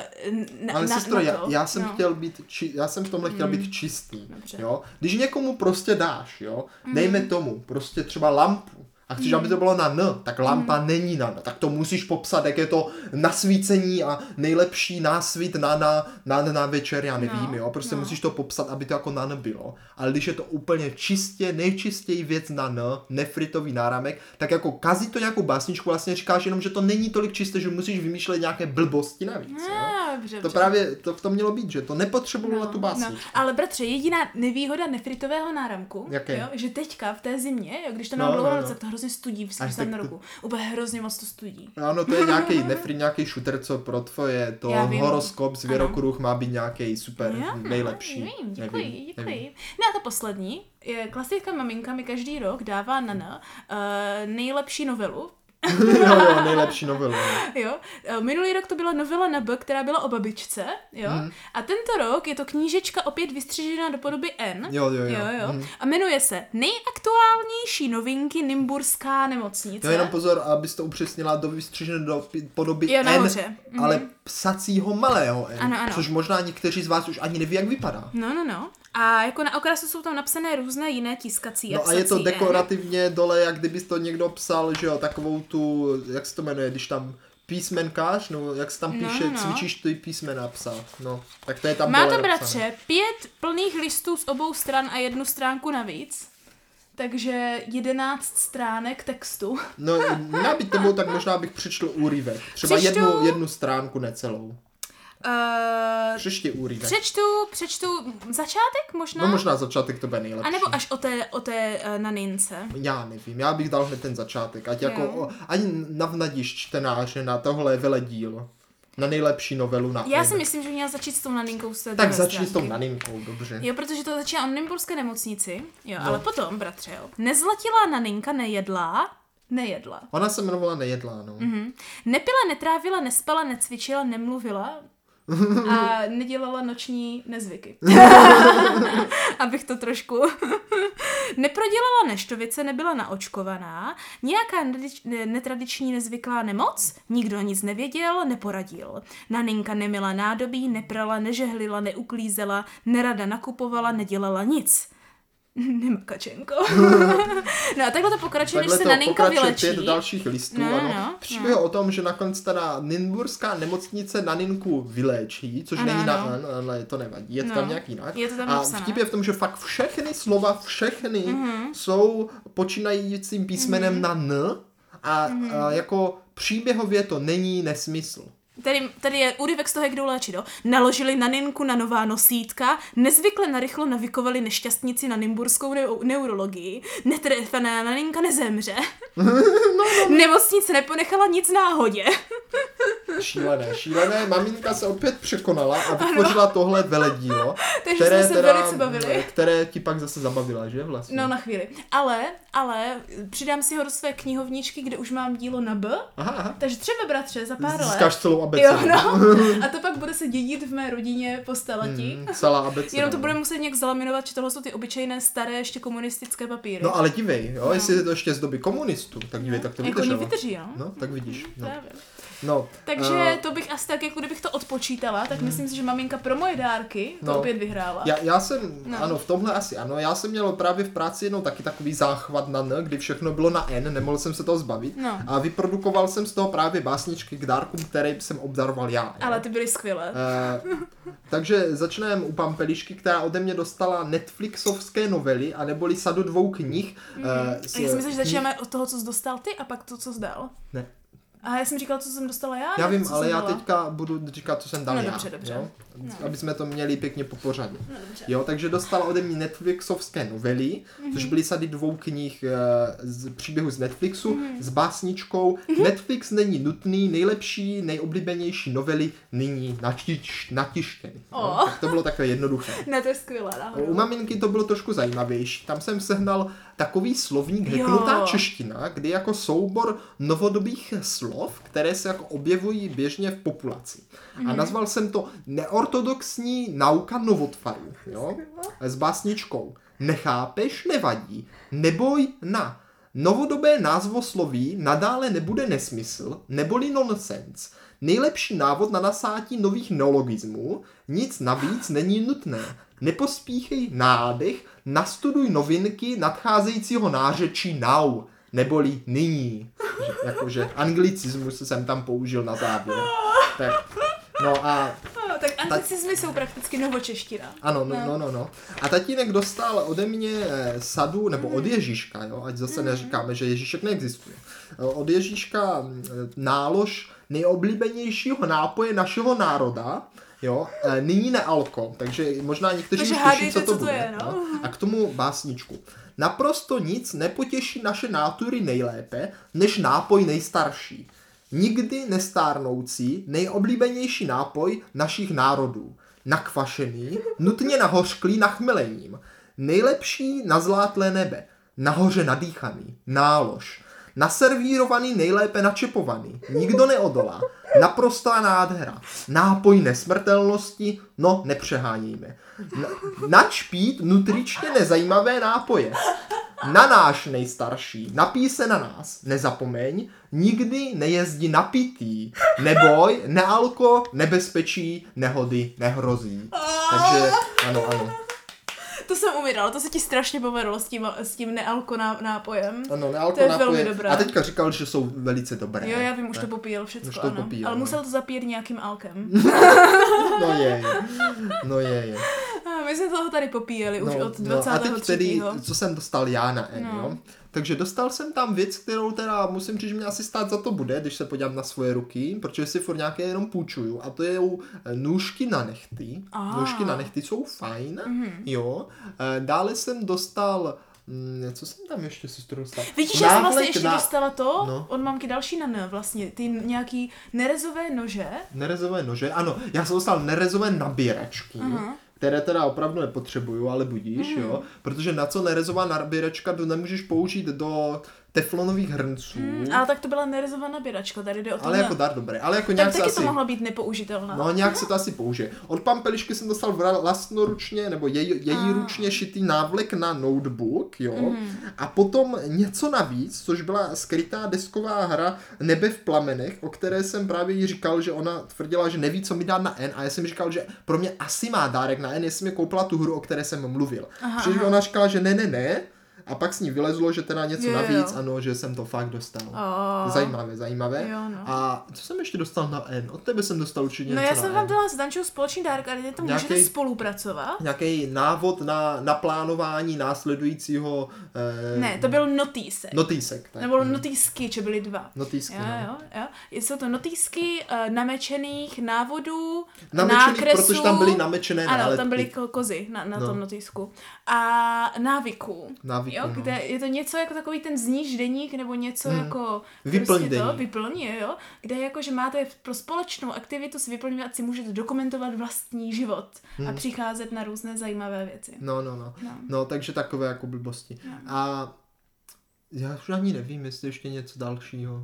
na, Ale na, sestro, na já, to. já jsem no. chtěl být, či, já jsem v tomhle chtěl Mm. být čistý, Dobře. jo. Když někomu prostě dáš, jo, Mm. dejme tomu, prostě třeba lampu, a chceš, aby to bylo na N, tak lampa není na N. Tak to musíš popsat, jak je to nasvícení a nejlepší násvit na, na, na, na večer, já nevím, No, jo. Prostě no. musíš to popsat, aby to jako na N bylo. Ale když je to úplně čistě, nejčistěji věc na N, nefritový náramek, tak jako kazí to nějakou básničku, vlastně říkáš jenom, že to není tolik čisté, že musíš vymýšlet nějaké blbosti navíc, jo. Ah, dobře, To dobře. právě, to v tom mělo být, že to nepotřebovalo tu básničku. No. Ale bratře, jediná nevýhoda nefritového náramku, Jaké? jo, že teďka v té zimě, jo, když to No, mám dlouho no, na no. noc, tak to hrozně studí v Až svém tak to- roku. Úplně hrozně moc to studí. Ano, to je nějaký nefri, nějaký shooter, co pro tvoje to Já vím. horoskop, zvěrokruh má být nějaký super, Jo, nejlepší. Nevím, děkuji, Nevím, děkuji. nevím. No a to poslední, je klasická maminka mi každý rok dává na na uh, nejlepší novelu. jo, jo, nejlepší novelu. no. Jo, eh, minulý rok to byla novela na B, která byla o babičce, jo, Mhm. a tento rok je to knížečka opět vystřižená do podoby N. Jo, jo, jo. Jo, jo. Mhm. A jmenuje se Nejaktuálnější novinky Nymburská nemocnice. Jo, jenom pozor, abys to upřesnila do vystřižené do pi- podoby Jo, N, nahoře. Mhm. ale psacího malého N, Ano, ano. což možná někteří z vás už ani neví, jak vypadá. No, no, no. A jako na okrasu jsou tam napsané různé jiné tiskací No a psací je to N. dekorativně dole, jak kdyby to někdo psal, že jo, takovou tu, jak se to jmenuje, když tam písmenkáš, no jak se tam No, píše, no, no. cvičíš ty písmena psat, no, tak to je tam Má dole to, napsané. bratře, pět plných listů z obou stran a jednu stránku navíc. Takže jedenáct stránek textu. No, já být tebou, tak možná bych přečetl úryvek. Třeba Přečtu- jednu, jednu stránku, necelou. Uh, Přečti úryvek. přečtu, přečtu začátek možná? No možná začátek to bude nejlepší. A nebo až o té, o té uh, nanince. Já nevím, já bych dal hned ten začátek, ať jako, Jo. o, ani navnadíš čtenáře na tohle veledíl. Na nejlepší novelu na Já N. si myslím, že měla začít s tou naninkou z té Tak druhé začni s tou stránky. naninkou, dobře. Jo, protože to začíná o Nymburské nemocnici. Jo, No. ale potom, bratře, jo. Nezlatilá naninka nejedla, nejedla. Ona se jmenovala Nejedlá, no. Mhm. Nepila, netrávila, nespala, necvičila, nemluvila a nedělala noční nezvyky. Abych to trošku... Neprodělala neštovice, nebyla naočkovaná, nějaká nedič- ne- netradiční nezvyklá nemoc, nikdo nic nevěděl, neporadil. Naninka nemila nádobí, neprala, nežehlila, neuklízela, nerada nakupovala, nedělala nic. Nemakačenko. No a takhle to pokračuje, Takhle než se to Naninka pokračuje vylečí. pět dalších listů, No, ano. no, Příběh o tom, že nakonec teda Nymburská nemocnice Naninku vyléčí, což Ano, není na, ano. ale to nevadí, je to No, tam nějak jinak. je to tam a napsané. vtip je v tom, že fakt všechny slova, všechny Mhm. jsou počínajícím písmenem Mhm. na N a, a jako příběhově to není nesmysl. Tady, tady je úryvek z toho, jak jdou léčit, jo. Naložili Naninku na nová nosítka, nezvykle narychlo navykovali nešťastníci na nymburskou neu- neurologii. Netrefená Naninka nezemře. no, no. Nemocnice neponechala nic náhodě. Šílené, šílené. Maminka se opět překonala a vytvořila tohle veledílo, Takže které, jsme se teda, velice bavili. které ti pak zase zabavila, že vlastně? No na chvíli. Ale, ale přidám si ho do své knihovničky, kde už mám dílo na B. Aha, aha. Takže třeba, bratře, za pár let. Získáš celou abecedu. Jo, no. A to pak bude se dědit v mé rodině po staletí. Hmm, celá abeceda. Jenom to bude muset nějak zalaminovat, že tohle jsou ty obyčejné staré ještě komunistické papíry. No ale dívej, jo, no. Jestli je to ještě z doby komunistů, tak dívej, tak to jako oni vydrželo. vydrží, jo? No, tak vidíš. No. Právě. No, Takže uh, to bych asi tak, jako kdybych to odpočítala, tak myslím si, že maminka pro moje dárky to No. opět vyhrála. já, já jsem, No. ano, v tomhle asi ano, já jsem měl právě v práci jednou taky takový záchvat na N, kdy všechno bylo na N, nemohl jsem se toho zbavit No. a vyprodukoval jsem z toho právě básničky k dárkům, které jsem obdaroval já. Jo. Ale ty byly skvělé. Uh, takže začneme u Pampelišky, která ode mě dostala Netflixovské novely, a neboli sadu dvou knih. Mm. Uh, A já si myslím, že začínáme od toho, co jsi dostal ty a pak to, co jsi dal. Ne. A já jsem říkala, co jsem dostala já. Já ne vím, co ale jsem já dala. teďka budu říkat, co jsem dal No, já. dobře, dobře. Jo? No. Aby jsme to měli pěkně po pořadě. No, dobře. Jo, takže dostala ode mě Netflixovské novely, Mhm. což byly sady dvou knih uh, z příběhu z Netflixu, Mhm. s básničkou. Netflix není nutný, nejlepší, nejoblíbenější novely nyní natiš, natištěny. O. Jo? Tak to bylo takové jednoduché. Ne, to je skvělé. U maminky to bylo trošku zajímavější. Tam jsem sehnal takový slovník Jo. Heknutá čeština, kdy jako soubor novodobých slov, které se jako objevují běžně v populaci. A nazval jsem to Neortodoxní nauka novotvarů. Jo? S básničkou. Nechápeš, nevadí. Neboj na. Novodobé názvosloví nadále nebude nesmysl, neboli nonsens. Nejlepší návod na nasátí nových neologismů, nic navíc není nutné. Nepospíchej nádech, nastuduj novinky nadcházejícího nářečí now, neboli nyní. Že, jakože anglicismus jsem tam použil na závěr. Tak, no a... No, tak anglicizmy jsou prakticky novočeština. Ano, no, no, no, no. A tatínek dostal ode mě sadu, nebo od Ježíška, jo, ať zase neříkáme, že Ježíšek neexistuje. Od Ježíška nálož nejoblíbenějšího nápoje našeho národa, jo, nyní nealko, takže možná někteří Takže už tuší, hádejte, co to co to bude. je, no. A k tomu básničku. Naprosto nic nepotěší naše nátury nejlépe, než nápoj nejstarší. Nikdy nestárnoucí, nejoblíbenější nápoj našich národů. Nakvašený, nutně nahořklý nachmelením. Nejlepší na zlátlé nebe. Nahoře nadýchaný. Nálož. Naservírovaný, nejlépe načepovaný. Nikdo neodolá. Naprostá nádhera. Nápoj nesmrtelnosti, no nepřehánějme. Na, nač pít nutričně nezajímavé nápoje. Na náš nejstarší, napij se na nás, nezapomeň, nikdy nejezdi napitý, neboj, nealko, nebezpečí, nehody nehrozí. Takže ano, ano. To jsem umírala, to se ti strašně povedlo s tím, s tím nealko ná, nápojem. Ano, nealko To je nápoje. velmi dobré. A teďka říkal, že jsou velice dobré. Jo, já vím, už Tak. to popíjel všecko, Už to ano. popíjel, Ale no. musel to zapít nějakým alkem. No je, je. No je, je. A my jsme toho tady popíjeli už No, od no, dvacátého a teď třetího tedy, co jsem dostal já na N, No. jo? Takže dostal jsem tam věc, kterou teda musím říct, že mě asi stát za to bude, když se podívám na svoje ruky, protože si furt nějaké jenom půjčuju. A to je nůžky na nechty. Ah. Nůžky na nechty jsou fajn, Mhm. jo. E, Dále jsem dostal, hm, co jsem tam ještě si dostal? Vidíš, já jsem vlastně Náhled ještě na dostala to, No. od mamky další na N, vlastně, ty nějaký nerezové nože. Nerezové nože, ano, já jsem dostal nerezové nabíračky. Aha. Které teda opravdu nepotřebuju, ale budíš, Mm. jo. Protože na co nerezová nabíračka, to nemůžeš použít do teflonových hrnců. Hmm, ale tak to byla nerezová nabíračka, tady jde o to. Ale ne... jako dar dobré, ale jako nějak tak se taky asi... to mohlo být nepoužitelné. No nějak se to asi použije. Od Pampelišky jsem dostal vlastnoručně, nebo jej, její Ah. ručně šitý návlek na notebook, jo. Mm. A potom něco navíc, což byla skrytá desková hra Nebe v plamenech, o které jsem právě jí říkal, že ona tvrdila, že neví, co mi dát na N, a já jsem říkal, že pro mě asi má dárek na N, jestli mi koupila tu hru, o které jsem mluvil. Aha, Protože aha. ona říkala, že ne, ne, ne, a pak s ní vylezlo, že teda něco Jo, jo. navíc, ano, že jsem to fakt dostal. Oh. Zajímavé, zajímavé. Jo, no. A co jsem ještě dostal na N? Od tebe jsem dostal určitě No něco já jsem na vám N. dala s Dančou společný dárek, ale to Nějaký- můžete spolupracovat. Nějaký návod na naplánování následujícího eh, Ne, to byl notýsek. notýsek. Tak. Nebo notýsky, že byly dva. Notýsky, Jo, no. jo, jo. Jsou to notýsky uh, namečených návodů, Namečených, nákresů. protože tam byly namečené Ano, nálepky. tam byly ko- kozy na, na No. tom notýsku. A návyků. Návyků, Jo, no. kde je to něco jako takový ten zníž deník, nebo něco Hmm. jako... Vyplň prostě to, deník. vyplň, jo. Kde jako, že máte pro společnou aktivitu s vyplňovat si můžete dokumentovat vlastní život a Hmm. přicházet na různé zajímavé věci. No, no, no. No. No, takže takové jako blbosti. No. A já už ani nevím, jestli ještě něco dalšího.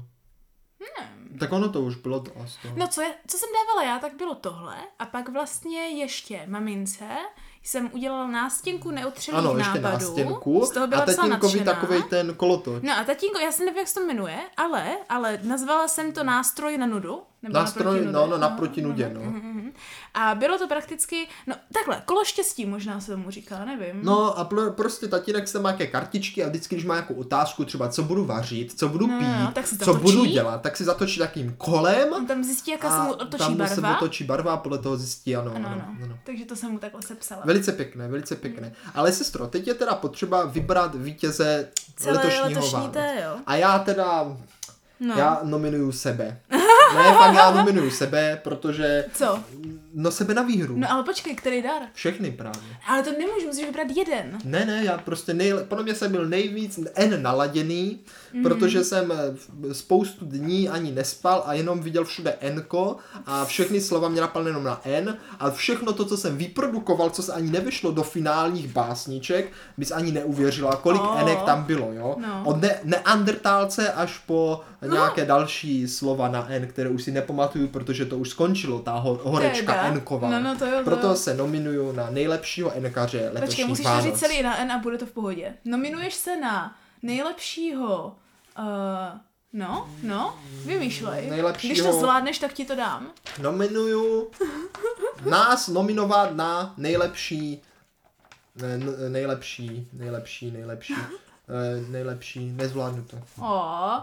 Hmm. Tak ono to už bylo dost. No. No co, je, co jsem dávala já, tak bylo tohle. A pak vlastně ještě mamince jsem udělala nástěnku neotřelých Ano, ještě nápadů. nástěnku. Z toho byla A docela tatínkovi nadšená. takovej ten kolotoč. No a tatínko, já si nevím, jak se to jmenuje, ale, ale nazvala jsem to nástroj na nudu. Nebo Nástroj, naproti nudě. no, no, naproti nudě, no. mhm, mhm. A bylo to prakticky, no takhle, kolo štěstí možná se tomu říká, nevím. No a pl- prostě tatínek se má nějaké kartičky a vždycky, když má nějakou otázku, třeba co budu vařit, co budu No, pít, no, tak si co zatočí. budu dělat, tak si zatočí takým kolem On tam zjistí, jaká se mu a otočí tam mu se barva. otočí barva a podle toho zjistí, ano, Ano, ano, ano. ano. Takže to jsem mu takhle sepsala. Velice pěkné, velice pěkné. Ale sestro, teď je teda potřeba vybrat vítěze Celé letošního letošní Vánoc. té, jo. A já teda, No. já nominuju sebe. Ne, fakt já nominuju sebe, protože, Co? no sebe na výhru. No ale počkej, který dar? Všechny právě. Ale to nemůžu, musíš vybrat jeden. Ne, ne, já prostě nejle... podle mě jsem byl nejvíc N naladěný, Mhm. mm. protože jsem eh, spoustu dní ani nespal a jenom viděl všude Nko a všechny slova mě napadly jenom na N a všechno to, co jsem vyprodukoval, co se ani nevyšlo do finálních básniček, bys ani neuvěřila, kolik Oh. Nek tam bylo, jo. No. Od ne- neandertálce až po nějaké další slova na N, které už si nepamatuju, protože to už skončilo, ta ho- horečka Teda. Nková. No, no, to jo, to Proto jo. se nominuju na nejlepšího Nkaře letošních Počkej, musíš Vánoc. to říct celý na N a bude to v pohodě. Nominuješ se na nejlepšího... Uh, no, no, vymýšlej. Nejlepšího- Když to zvládneš, tak ti to dám. Nominuju nás nominovat na nejlepší ne, n- nejlepší, nejlepší, nejlepší, eh, nejlepší, nezvládnu to. Oh.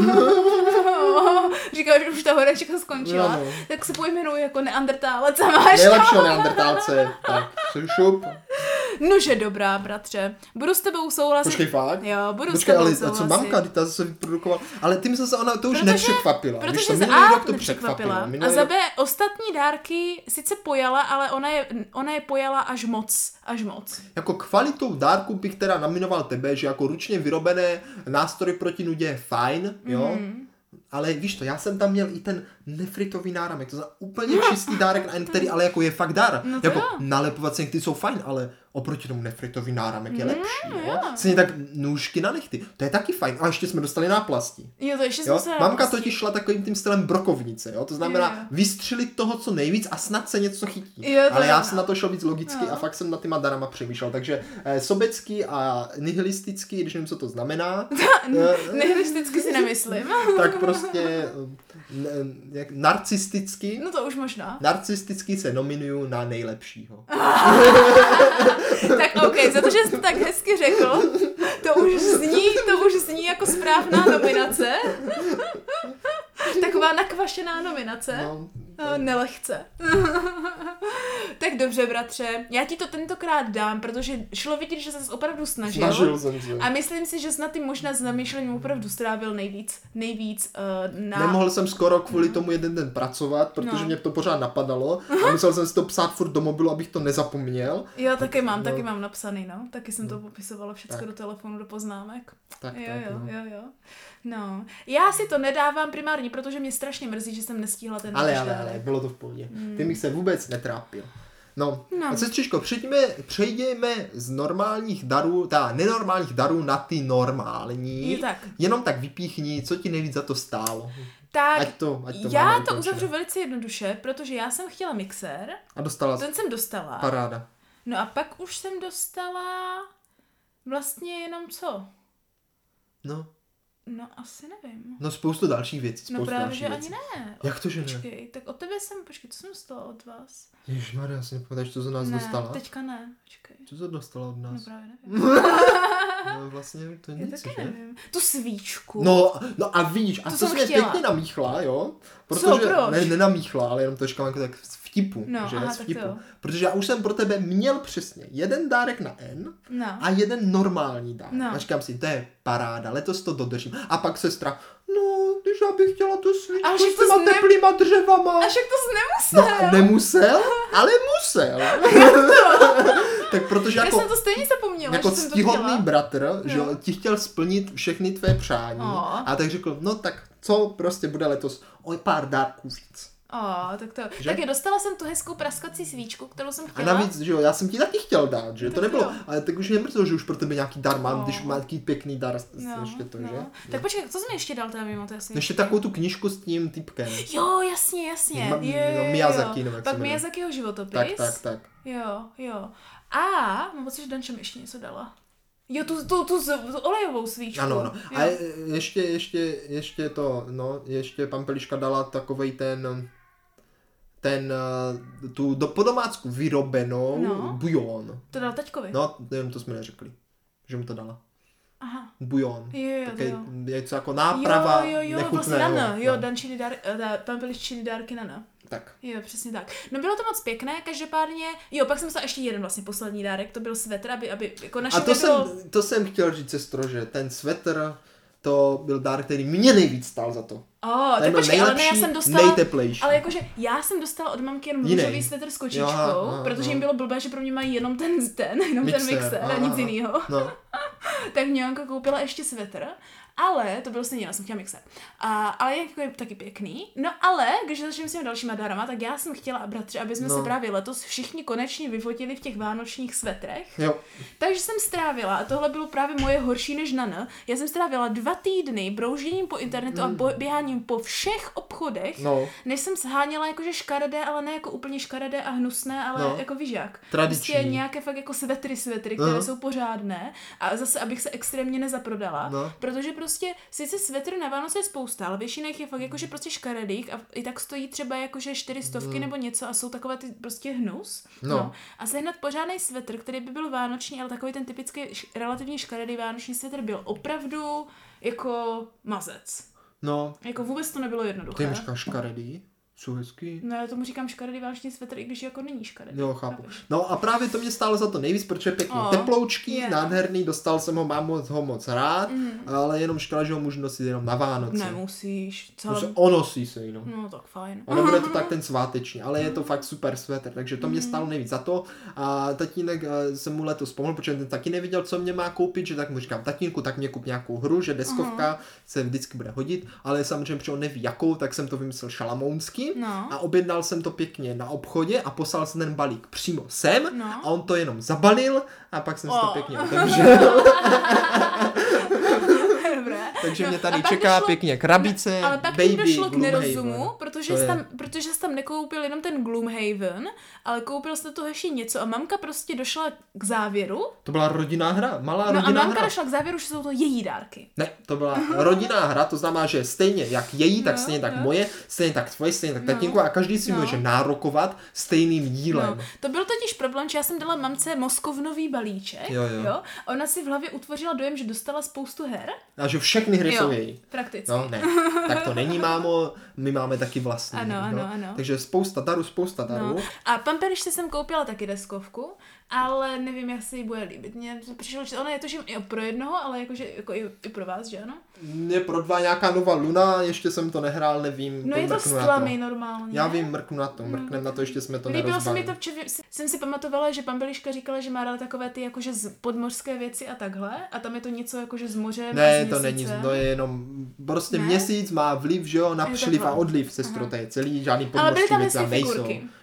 Říkáš, že už ta horečka skončila. No, no. Tak se pojmenuj jako neandertálec a máš Nejlepšího neandertálce, tak, šup. Nože dobrá, bratře. Budu s tebou souhlasit. Počkej, fakt? Jo, budu Počkej, s tebou ale a souhlasit. co mamka, ty ta zase vyprodukovala, ale ty se ona to už Protože- nepřekvapila. Víš Protože co, za minulý A rok to nepřekvapila. překvapilo. A Minulý za rok- B ostatní dárky sice pojala, ale ona je, ona je pojala až moc. Až moc. Jako kvalitou dárku bych teda nominoval tebe, že jako ručně vyrobené nástroje proti nudě je fajn, jo. Mm. Ale víš to, já jsem tam měl i ten nefritový náramek, to znamená úplně čistý dárek na N, který ale jako je fakt dar. No to jako jo. nalepovací ty jsou fajn, ale oproti tomu nefritový náramek je Mm, lepší, jo. jo. Stejně tak nůžky na nechty, to je taky fajn. A ještě jsme dostali náplasti. Jo, to ještě Jo? jsem se Mamka napustí. totiž šla takovým tím stylem brokovnice, jo? To znamená Jo, jo. vystřelit toho co nejvíc a snad se něco chytí. Jo, to Ale já jo, jsem no. na to šel víc logicky Jo. a fakt jsem nad těma darama přemýšlel. Takže eh, sobecký a nihilistický, když nevím, co to znamená, eh, Nihilisticky si nemyslím. tak prostě eh, n- jak, narcisticky. No to už možná. Narcisticky se nominuju na nejlepšího. Tak OK, za to, že jsi to tak hezky řekl, to už zní, to už zní jako správná nominace. Taková nakvašená nominace. No, No, nelehce. Tak dobře, bratře, já ti to tentokrát dám, protože šlo vidět, že jsi opravdu snažil. snažil jsem se. A myslím si, že snad ty možná s zamýšlením opravdu strávil nejvíc, nejvíc uh, na... Nemohl jsem skoro kvůli tomu jeden den pracovat, protože No. mě to pořád napadalo a musel jsem si to psát furt do mobilu, abych to nezapomněl. Jo, taky mám, No. taky mám napsaný, no. Taky jsem to popisovala všechno Tak. do telefonu, do poznámek. Tak, Jo, tak, jo, no. jo, jo. No, já si to nedávám primárně, protože mě strašně mrzí, že jsem nestihla ten Ale, váš ale, dárek. ale, bylo to v pohodě. Hmm. Tím bych se vůbec netrápil. No, No. a sestřičko, přejdeme, přejdeme z normálních darů, ta nenormálních darů na ty normální. Je tak. Jenom tak vypíchni, co ti nejvíc za to stálo. Tak, Ať to, ať to já máme to ukončené. uzavřu velice jednoduše, protože já jsem chtěla mixér, A dostala ten jsem dostala. paráda. No a pak už jsem dostala vlastně jenom co? No, No asi nevím. no spoustu dalších věcí, spoustu No právě, dalších že věcí. ani ne. Jak to, že ne? Počkej, tak od tebe jsem, počkej, co jsem dostala od vás? Ježišmarja, já si nepamatuješ, co za nás ne, dostala? teďka ne, počkej. Co to dostala od No nás? právě nevím. No vlastně to Já nic, taky že? nevím. Tu svíčku. No, no a víš, a To to, jsem jsme chtěla. pěkně namíchla, jo? Protože, Co, proč? Ne, nenamíchla, ale jenom to říkám jako tak z vtipu, No, že? aha, z tak vtipu. to. Protože já už jsem pro tebe měl přesně jeden dárek na N No. a jeden normální dárek. No. A říkám si, to je paráda, letos to dodržím. A pak sestra, no, když já bych chtěla tu svíčku Ale s však to těma jsi ne- teplýma dřevama. A však to jsi No, nemusel. nemusel, ale musel. Tak protože Já jako... jsem to stejně zapomněla, Jako že jsem to ctihodný chtěla. bratr, že No. ti chtěl splnit všechny tvé přání. O. A tak řekl, no tak co prostě bude letos o pár dárků víc. O, tak to. Že? Tak je, dostala jsem tu hezkou praskací svíčku, kterou jsem A chtěla. navíc, že jo, já jsem ti taky chtěl dát, že Tak to nebylo, jo. ale tak už mě mrzelo, že už pro tebe nějaký dar mám, O. když má takový pěkný dar, No, ještě to, no. že? Tak počkej, co jsi mi ještě dal teda mimo té svíčky? Ještě takovou tu knížku s tím typkem. Jo, jasně, jasně. Ma- Jo, jo, no, jo, Miyazaki, jo. nebo jak se Pak jmenuje. Miyazakiho životopis. Tak, tak, tak. Jo, jo. A mám pocit, že Danča mi ještě něco dala. Jo, tu, tu, tu, tu, tu olejovou svíčku. Ano, no. Jo. A je- ještě, ještě, ještě to, no, ještě pan Peliška dala takovej ten, ten, eh, tu do podomácku vyrobenou No. bujon. To dal taťkovi. No, jenom to jsme neřekli, že mu to dala. Aha. Bujon. Jo, jo, Takový, jo. je to jako náprava jo, jo, jo, vlastně nechutného. Nana. Jo, no. Dančiny dár, eh, pan Peliščiny dárky Nana. Tak. Jo, přesně tak. No bylo to moc pěkné, každopádně, jo, pak jsem dostala ještě jeden vlastně poslední dárek, to byl svetr, aby, aby jako naše A to nebylo... jsem, to jsem chtěl říct, sestro, že ten svetr, to byl dár, který mě nejvíc stál za to. Oh, Ten tak byl počkej, ale ne, já nejlepší, jsem dostala... nejteplejší. Ale jakože já jsem dostala od mamky jenom Jiný. růžový svetr s kočičkou, Jo, aha, aha, protože aha. jim bylo blbé, že pro mě mají jenom ten, ten jenom Mixér, ten mixér a aha, nic aha. jiného. No. Tak mě mamka koupila ještě svetr, ale to bylo stejně, já jsem chtěla mixér. A, ale jako je taky pěkný. No ale, když začneme s těmi dalšíma dárama, tak já jsem chtěla, bratře, aby jsme No. se právě letos všichni konečně vyfotili v těch vánočních svetrech. Jo. Takže jsem strávila, a tohle bylo právě moje horší než Nana, já jsem strávila dva týdny broužením po internetu Mm. a bo- běháním po všech obchodech, No. než jsem sháněla jakože škaredé, ale ne jako úplně škaredé a hnusné, ale No. jako víš jak. Tradiční. Prostě nějaké fakt jako svetry, svetry, které Aha. jsou pořádné a zase, abych se extrémně nezaprodala, No. protože prostě sice svetr na Vánoce je spousta, ale většina jich je fakt jakože prostě škaredých a i tak stojí třeba jakože čtyři stovky Mm. nebo něco a jsou takové ty prostě hnus. No. A sehnat pořádný svetr, který by byl vánoční, ale takový ten typický š- relativně škaredý vánoční svetr byl opravdu jako mazec. No. Jako vůbec to nebylo Ty jednoduché. jim říkáš škaredý? Jsou hezký? No já tomu říkám škaredý vánoční svetr, i když jako není škaredý. Jo, chápu. Chápeš? No a právě to mě stálo za to nejvíc, protože pěkný O, teploučky, je. nádherný, dostal jsem ho, mám moc, ho moc rád, Mm. ale jenom škoda, že ho můžu nosit jenom na Vánoce. Nemusíš. To se Celé... onosí se jenom. No tak fajn. A nebude to tak ten sváteční, ale je to fakt super svetr, takže to mě stálo nejvíc za to. A tatínek eh, jsem mu letos pomohl, protože ten taky nevěděl, co mě má koupit, že tak mu říkám, tatínku, tak mě kup nějakou hru, že deskovka se vždycky bude hodit, ale samozřejmě, protože on neví jakou, tak jsem to vymyslel šalamounsky No. a objednal jsem to pěkně na obchodě a poslal jsem ten balík přímo sem No. a on to jenom zabalil a pak jsem si to O. pěkně otevřel. Dobré. Takže No, mě a tady pak čeká došlo- pěkně krabice, Ale pak baby, tím došlo k Gloomhaven. nerozumu, protože To jsi, je- tam, protože jsi tam nekoupil jenom ten Gloomhaven, ale koupil jsi do toho ještě něco a mamka prostě došla k závěru. To byla rodinná hra, malá No a rodinná mamka hra. došla k závěru, že jsou to její dárky. Ne, to byla rodinná hra, to znamená, že stejně jak její, tak No, stejně tak no. moje, stejně tak tvoje, stejně tak No, tatínku a každý si no. může nárokovat stejným dílem. No, to byl totiž problém, že já jsem dala mamce moskovnový balíček. Jo, jo. jo. Ona si v hlavě utvořila dojem, že dostala spoustu her. A že všechny hry Jo. jsou její. Prakticky. No, ne, tak to není, mámo, my máme taky vlastní. Ano, ano, no. ano. Takže spousta darů, spousta darů. No. A Pamperiš si jsem koupila taky deskovku, ale nevím, jak se jí bude líbit. Mně přišlo, že ona je to, že jo, pro jednoho, ale jakože jako i, i pro vás, že ano? Je pro dva nějaká nová Luna, ještě jsem to nehrál, nevím, No je to mrknu na stlamy normálně. Já vím, mrknu na to, mrknem na to, ještě jsme to Líbilo se mi nerozbalili. to, že jsem si pamatovala, že Pampeliška říkala, že má ráda takové ty jakože z podmořské věci a takhle. A tam je to něco jakože z mořem a Ne, z to není, měsíce. to je jenom, prostě Ne? měsíc má vliv, že jo, na Je příliv a takhle. odliv, sestro, Aha. to je celý, žádný Ale byly podmořský tam věci tam hezké nejsou. figurky.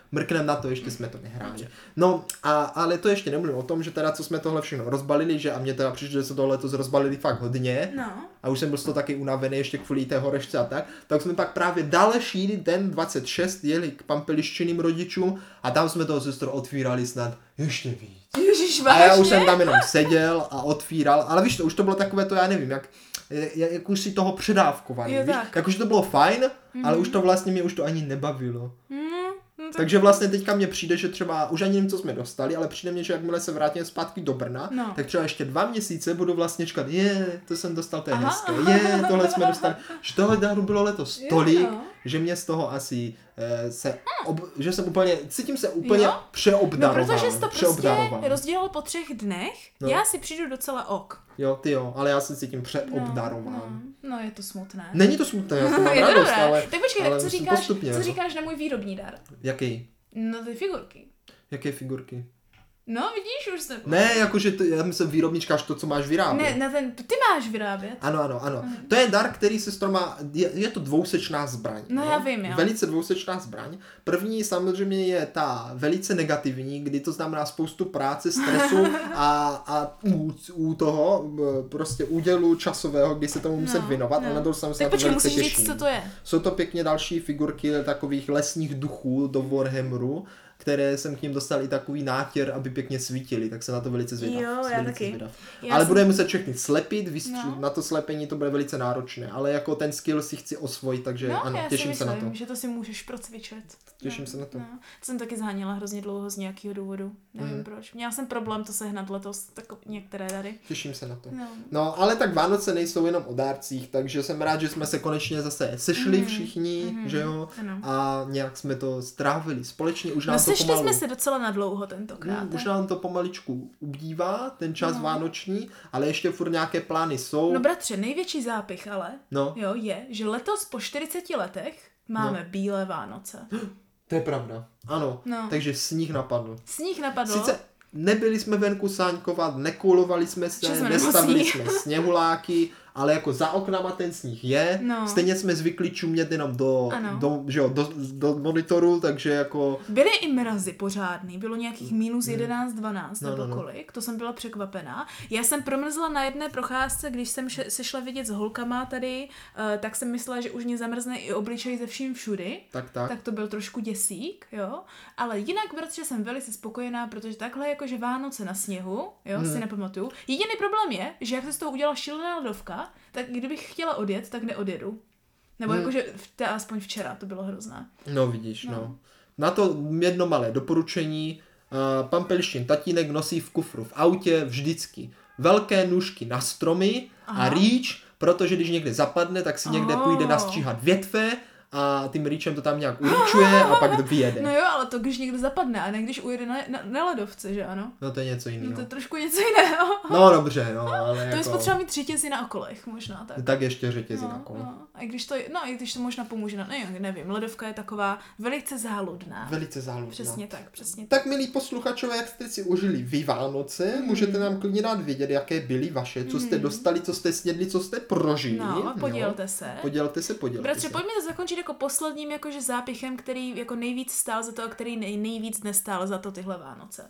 mrknem na to, ještě jsme to nehráli. No, a, ale to ještě nemluvím o tom, že teda co jsme tohle všechno rozbalili, že a mě teda přišlo, že se tohle to rozbalili fakt hodně. No. A už jsem byl z toho taky unavený ještě kvůli té horešce a tak. Tak jsme pak právě další den dvacet šest jeli k pampeliščiným rodičům a tam jsme toho sestro otvírali snad ještě víc. Ježišvážně? A já už jsem tam jenom seděl a otvíral, ale víš to, už to bylo takové to, já nevím, jak, jak už si toho předávkovaný, jo, víš? tak. Jak už to bylo fajn, Mm-hmm. ale už to vlastně mě už to ani nebavilo. Mm, no tak... Takže vlastně teďka mně přijde, že třeba, už ani nevím, co jsme dostali, ale přijde mně, že jakmile se vrátím zpátky do Brna, no. tak třeba ještě dva měsíce budu vlastně čekat, je, to jsem dostal, to je Aha. hezké, je, tohle jsme dostali. Že tohle daru bylo letos tolik, jo. že mě z toho asi eh, se, ob, že jsem úplně, cítím se úplně jo? přeobdarován. No protože jsi to přeobdarován. prostě rozdělal po třech dnech, No. já si přijdu docela ok. Jo, ty jo, ale já se cítím přeobdarován. No, no, no je to smutné. Není to smutné, já to mám je to radost, dobré. ale, Tak počkej, ale tak co musím říkáš, postupně, co no. říkáš na můj výrobní dar? Jaký? No ty figurky. Jaké figurky? No vidíš, už jsem... Ne, jakože to, já myslím výrobničkáš to, co máš vyrábět. Ne, na ten, ty máš vyrábět. Ano, ano, ano. To je dar, který sestro má, je, je to dvousečná zbraň. No, já vím, jo. Velice dvousečná zbraň. První samozřejmě je ta velice negativní, kdy to znamená spoustu práce, stresu a, a u, u toho prostě údělu časového, kdy se tomu muset No, věnovat. no. A na to jsem se Tak na to počkej, velice musíš těším. říct, co to je. Jsou to pěkně další figurky takových lesních duchů do Warhammeru, které jsem k ním dostal i takový nátěr, aby pěkně svítily, tak se na to velice zvědav. Jo, Jsem já velice taky. zvědav. Já Ale jsem- budeme muset všechny slepit, vystř- No. na to slepení to bude velice náročné, ale jako ten skill si chci osvojit, takže No, ano, já těším si se na myslím, to. že to si můžeš procvičit. Těším no, se na to. No. To jsem taky zháněla hrozně dlouho z nějakého důvodu. Nevím Mhm. proč. Měla jsem problém to sehnat letos, tak některé dary. Těším se na to. No. No, ale tak Vánoce nejsou jenom o dárcích, takže jsem rád, že jsme se konečně zase sešli Mhm, všichni, mhm, že jo? ano. A nějak jsme to strávili společně, už nám No to sešli pomalu... jsme se docela nadlouho tentokrát. Hmm, už nám to pomaličku ubývá, ten čas No. vánoční, ale ještě furt nějaké plány jsou. No bratře, největší zápich ale, No. jo, je, že letos po čtyřiceti letech máme No. bílé Vánoce. To je pravda, ano. No. Takže sníh napadl. Sníh napadl. Sice nebyli jsme venku sáňkovat, nekoulovali jsme se, Že jsme nestavili nemocní. jsme sněhuláky, ale jako za oknama ten sníh je. No. Stejně jsme zvykli čumět jenom do, Ano. do, že jo, do, do monitoru, takže jako... Byly i mrazy pořádný, bylo nějakých minus jedenáct, dvanáct No, nebo no, no. kolik, to jsem byla překvapená. Já jsem promrzla na jedné procházce, když jsem še- se šla vidět s holkama tady, uh, tak jsem myslela, že už mě zamrzne i obličej ze vším všudy. Tak, tak. Tak to byl trošku děsík, jo. Ale jinak, protože jsem velice spokojená, protože takhle jakože Vánoce na sněhu, jo, Hmm. si nepamatuju. Jediný problém je, že jak se z toho udělala šílená ledovka, tak kdybych chtěla odjet, tak neodjedu. Nebo Hmm. jakože v- ta, aspoň včera, to bylo hrozné. No vidíš, no. No. no. Na to jedno malé doporučení. Uh, Pampelištin tatínek nosí v kufru v autě vždycky velké nůžky na stromy Aha. a rýč, protože když někde zapadne, tak si někde Oh. půjde nastříhat větve a tím rýčem to tam nějak urýčuje a pak vyjede. No jo, ale to když někdo zapadne, a ne když ujede na, na, na ledovce, že ano? No to je něco No jiného. to je trošku něco jiného. No dobře, no, ale To jako... bys potřeba mít řetězy na okolech, možná tak. Tak ještě řetězy No, na kolo. no. A i když to, no, i když to možná pomůže, no, ne, nevím, ledovka je taková velice záludná. Velice záludná. Přesně tak, přesně tak. Tak milí posluchačové, jak jste si užili vy Vánoce, můžete nám klidně dát vědět, jaké byly vaše, co jste dostali, co jste snědli, co jste prožili. No, jo. podělte se. Podělte se, podělte Bratře, se. pojďme to zakončit jako posledním jakože zápichem, který jako nejvíc stál za to a který nej, nejvíc nestál za to tyhle Vánoce.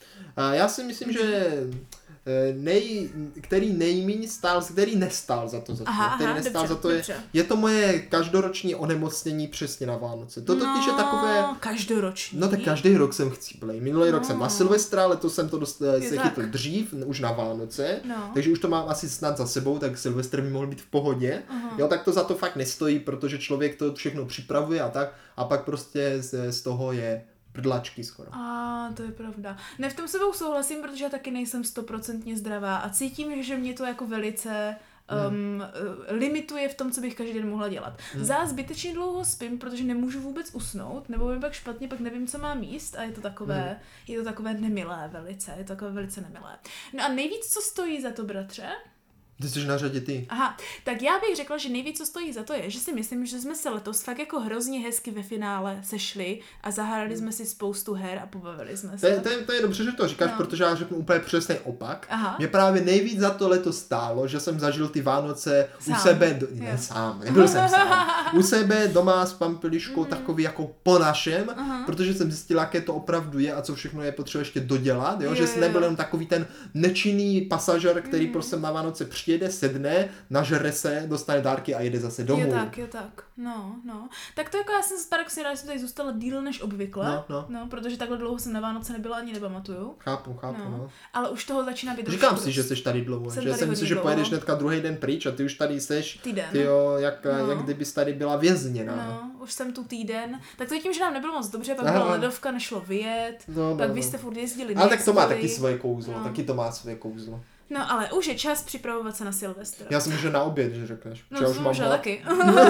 A já si myslím, že eh, nej, který nejméně stál, který nestál za to, za to. Aha, který aha, nestál dobře, za to je, dobře. je to moje každoroční onemocnění přesně na Vánoce. To totiž je takové, No, každoroční. no tak každý rok jsem chcíplej. Minulý rok jsem na No. Silvestra, letos jsem to dost, Je se tak. chytl dřív, už na Vánoce, No. takže už to mám asi snad za sebou, tak Silvestr by mohl být v pohodě. Aha. Jo, tak to za to fakt nestojí, protože člověk to všechno připravuje a tak a pak prostě z, z toho je prdlačky skoro. A to je pravda. Ne, v tom sebou souhlasím, protože já taky nejsem stoprocentně zdravá a cítím, že mě to jako velice um, uh, limituje v tom, co bych každý den mohla dělat. Hmm. Za zbytečně dlouho spím, protože nemůžu vůbec usnout, nebo mi pak špatně, pak nevím, co mám jíst a je to takové, Hmm. je to takové nemilé velice, je to takové velice nemilé. No a nejvíc, co stojí za to, bratře? Ty jsi na řadě ty. Aha, tak já bych řekla, že nejvíc, co stojí za to je, že si myslím, že jsme se letos fakt jako hrozně hezky ve finále sešli a zahrali jsme si spoustu her a pobavili jsme se. To je, to je, to je dobře, že to říkáš, no. protože já řeknu úplně přesný opak. Aha. Mě právě nejvíc za to letos stálo, že jsem zažil ty Vánoce sám. u sebe, do, ne Jo. sám, nebyl jsem sám, u sebe doma s Pampeliškou mm. takový jako po našem, uh-huh. protože jsem zjistil, jaké to opravdu je a co všechno je potřeba ještě dodělat, jo? Jo, že jsi jo, nebyl jo. jen takový ten nečinný pasažer, který mm. prostě na Vánoce přijede, sedne, nažere se, dostane dárky a jede zase domů. Jo tak, jo tak, no, no. Tak to jako já jsem paradoxně ráda, že jsem tady zůstala díl než obvykle, no, no. no, protože takhle dlouho jsem na Vánoce nebyla, ani nepamatuju. Chápu, chápu, no. no. Ale už toho začíná být. Říkám si, že jsi tady dlouho, jsem že tady jsem myslím, že dlouho. pojedeš hnedka druhý den pryč a ty už tady seš, týden. tyjo, jak, no. jak kdybys tady byla vězněna. No, už jsem tu týden. Tak to je tím, že nám nebylo moc dobře, pak Aha. byla ledovka, nešlo vyjet, no, pak no, vy no. jste furt jezdili, ale tak to má nejezdili. taky svoje kouzlo, No. taky to má svoje kouzlo. No ale už je čas připravovat se na Silvestra. Já si myslím, že na oběd, že řekneš. No já to už mám možná hlad. taky.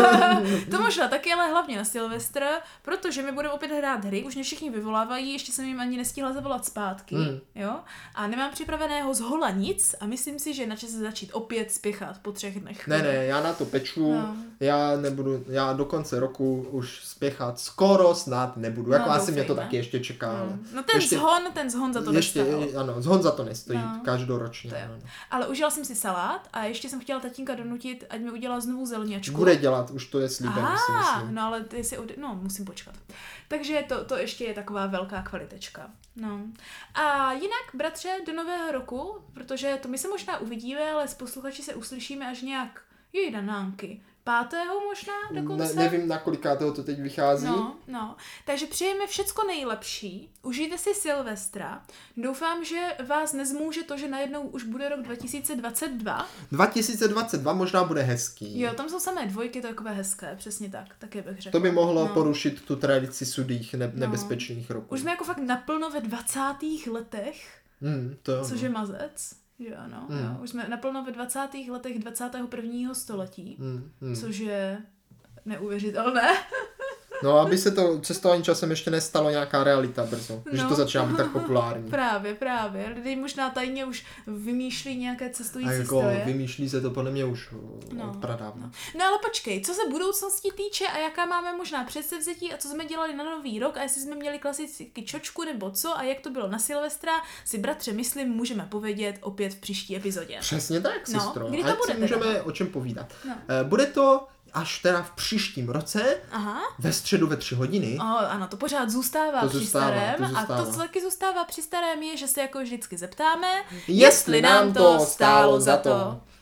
To možná taky, ale hlavně na Silvestra, protože my budeme opět hrát hry, už mě všichni vyvolávají, ještě jsem jim ani nestihla zavolat zpátky, Hmm. jo? A nemám připraveného z hola nic a myslím si, že je na čase začít opět spěchat po třech dnech. Ne, ne, já na to peču, No. já nebudu, já do konce roku už spěchat skoro snad nebudu, jako No, asi mě to doufejme. taky ještě čeká. No, ale no ten ještě, zhon, ten zhon za to ještě, nestál. ano, zhon za to nestojí, No. každoročně. To je. Ano. Ale užila jsem si salát a ještě jsem chtěla tatínka donutit, ať mi udělá znovu zelňačku. Bude dělat, už to je slíbené, si Aha, myslím. no ale ty si, ode... no musím počkat. Takže to, to ještě je taková velká kvalitečka. No. A jinak, bratře, do nového roku, protože to my se možná uvidíme, ale s posluchači se uslyšíme až nějak, jej danánky, pátého možná dokonce. Ne, nevím, na kolikátého to teď vychází. No, no. Takže přejeme všecko nejlepší. Užijte si Silvestra. Doufám, že vás nezmůže to, že najednou už bude rok dva tisíce dvacet dva. dva tisíce dvacet dva možná bude hezký. Jo, tam jsou samé dvojky, to je takové hezké, přesně tak, taky bych řekla. To by mohlo no. porušit tu tradici sudých ne- No. nebezpečných roků. Už jsme jako fakt naplno ve dvacátých letech, Hmm, to jo, což no. je mazec. Jo, ano, Mm. jo. Už jsme naplno ve dvacátých letech dvacátého prvního století, Hmm, hmm. což je neuvěřitelné. No, aby se to cestování časem ještě nestalo nějaká realita brzo, no. že No. to začíná být tak populární. Právě, právě. Lidé možná tajně už vymýšlí nějaké cestující A jako stroje. vymýšlí se to podle mě už No, od pradávna. No. no ale počkej, co se budoucnosti týče a jaká máme možná předsevzetí a co jsme dělali na nový rok a jestli jsme měli klasicky čočku nebo co a jak to bylo na Silvestra, si bratře myslím můžeme povědět opět v příští epizodě. Přesně tak, No, sestro. kdy to Ať bude si teda? můžeme o čem povídat. No. Eh, Bude to až teda v příštím roce, Aha. ve středu ve tři hodiny. Oh, ano, to pořád zůstává To při zůstává, starém to zůstává. a to, co taky zůstává při starém je, že se jako vždycky zeptáme, Jestli nám to stálo za to.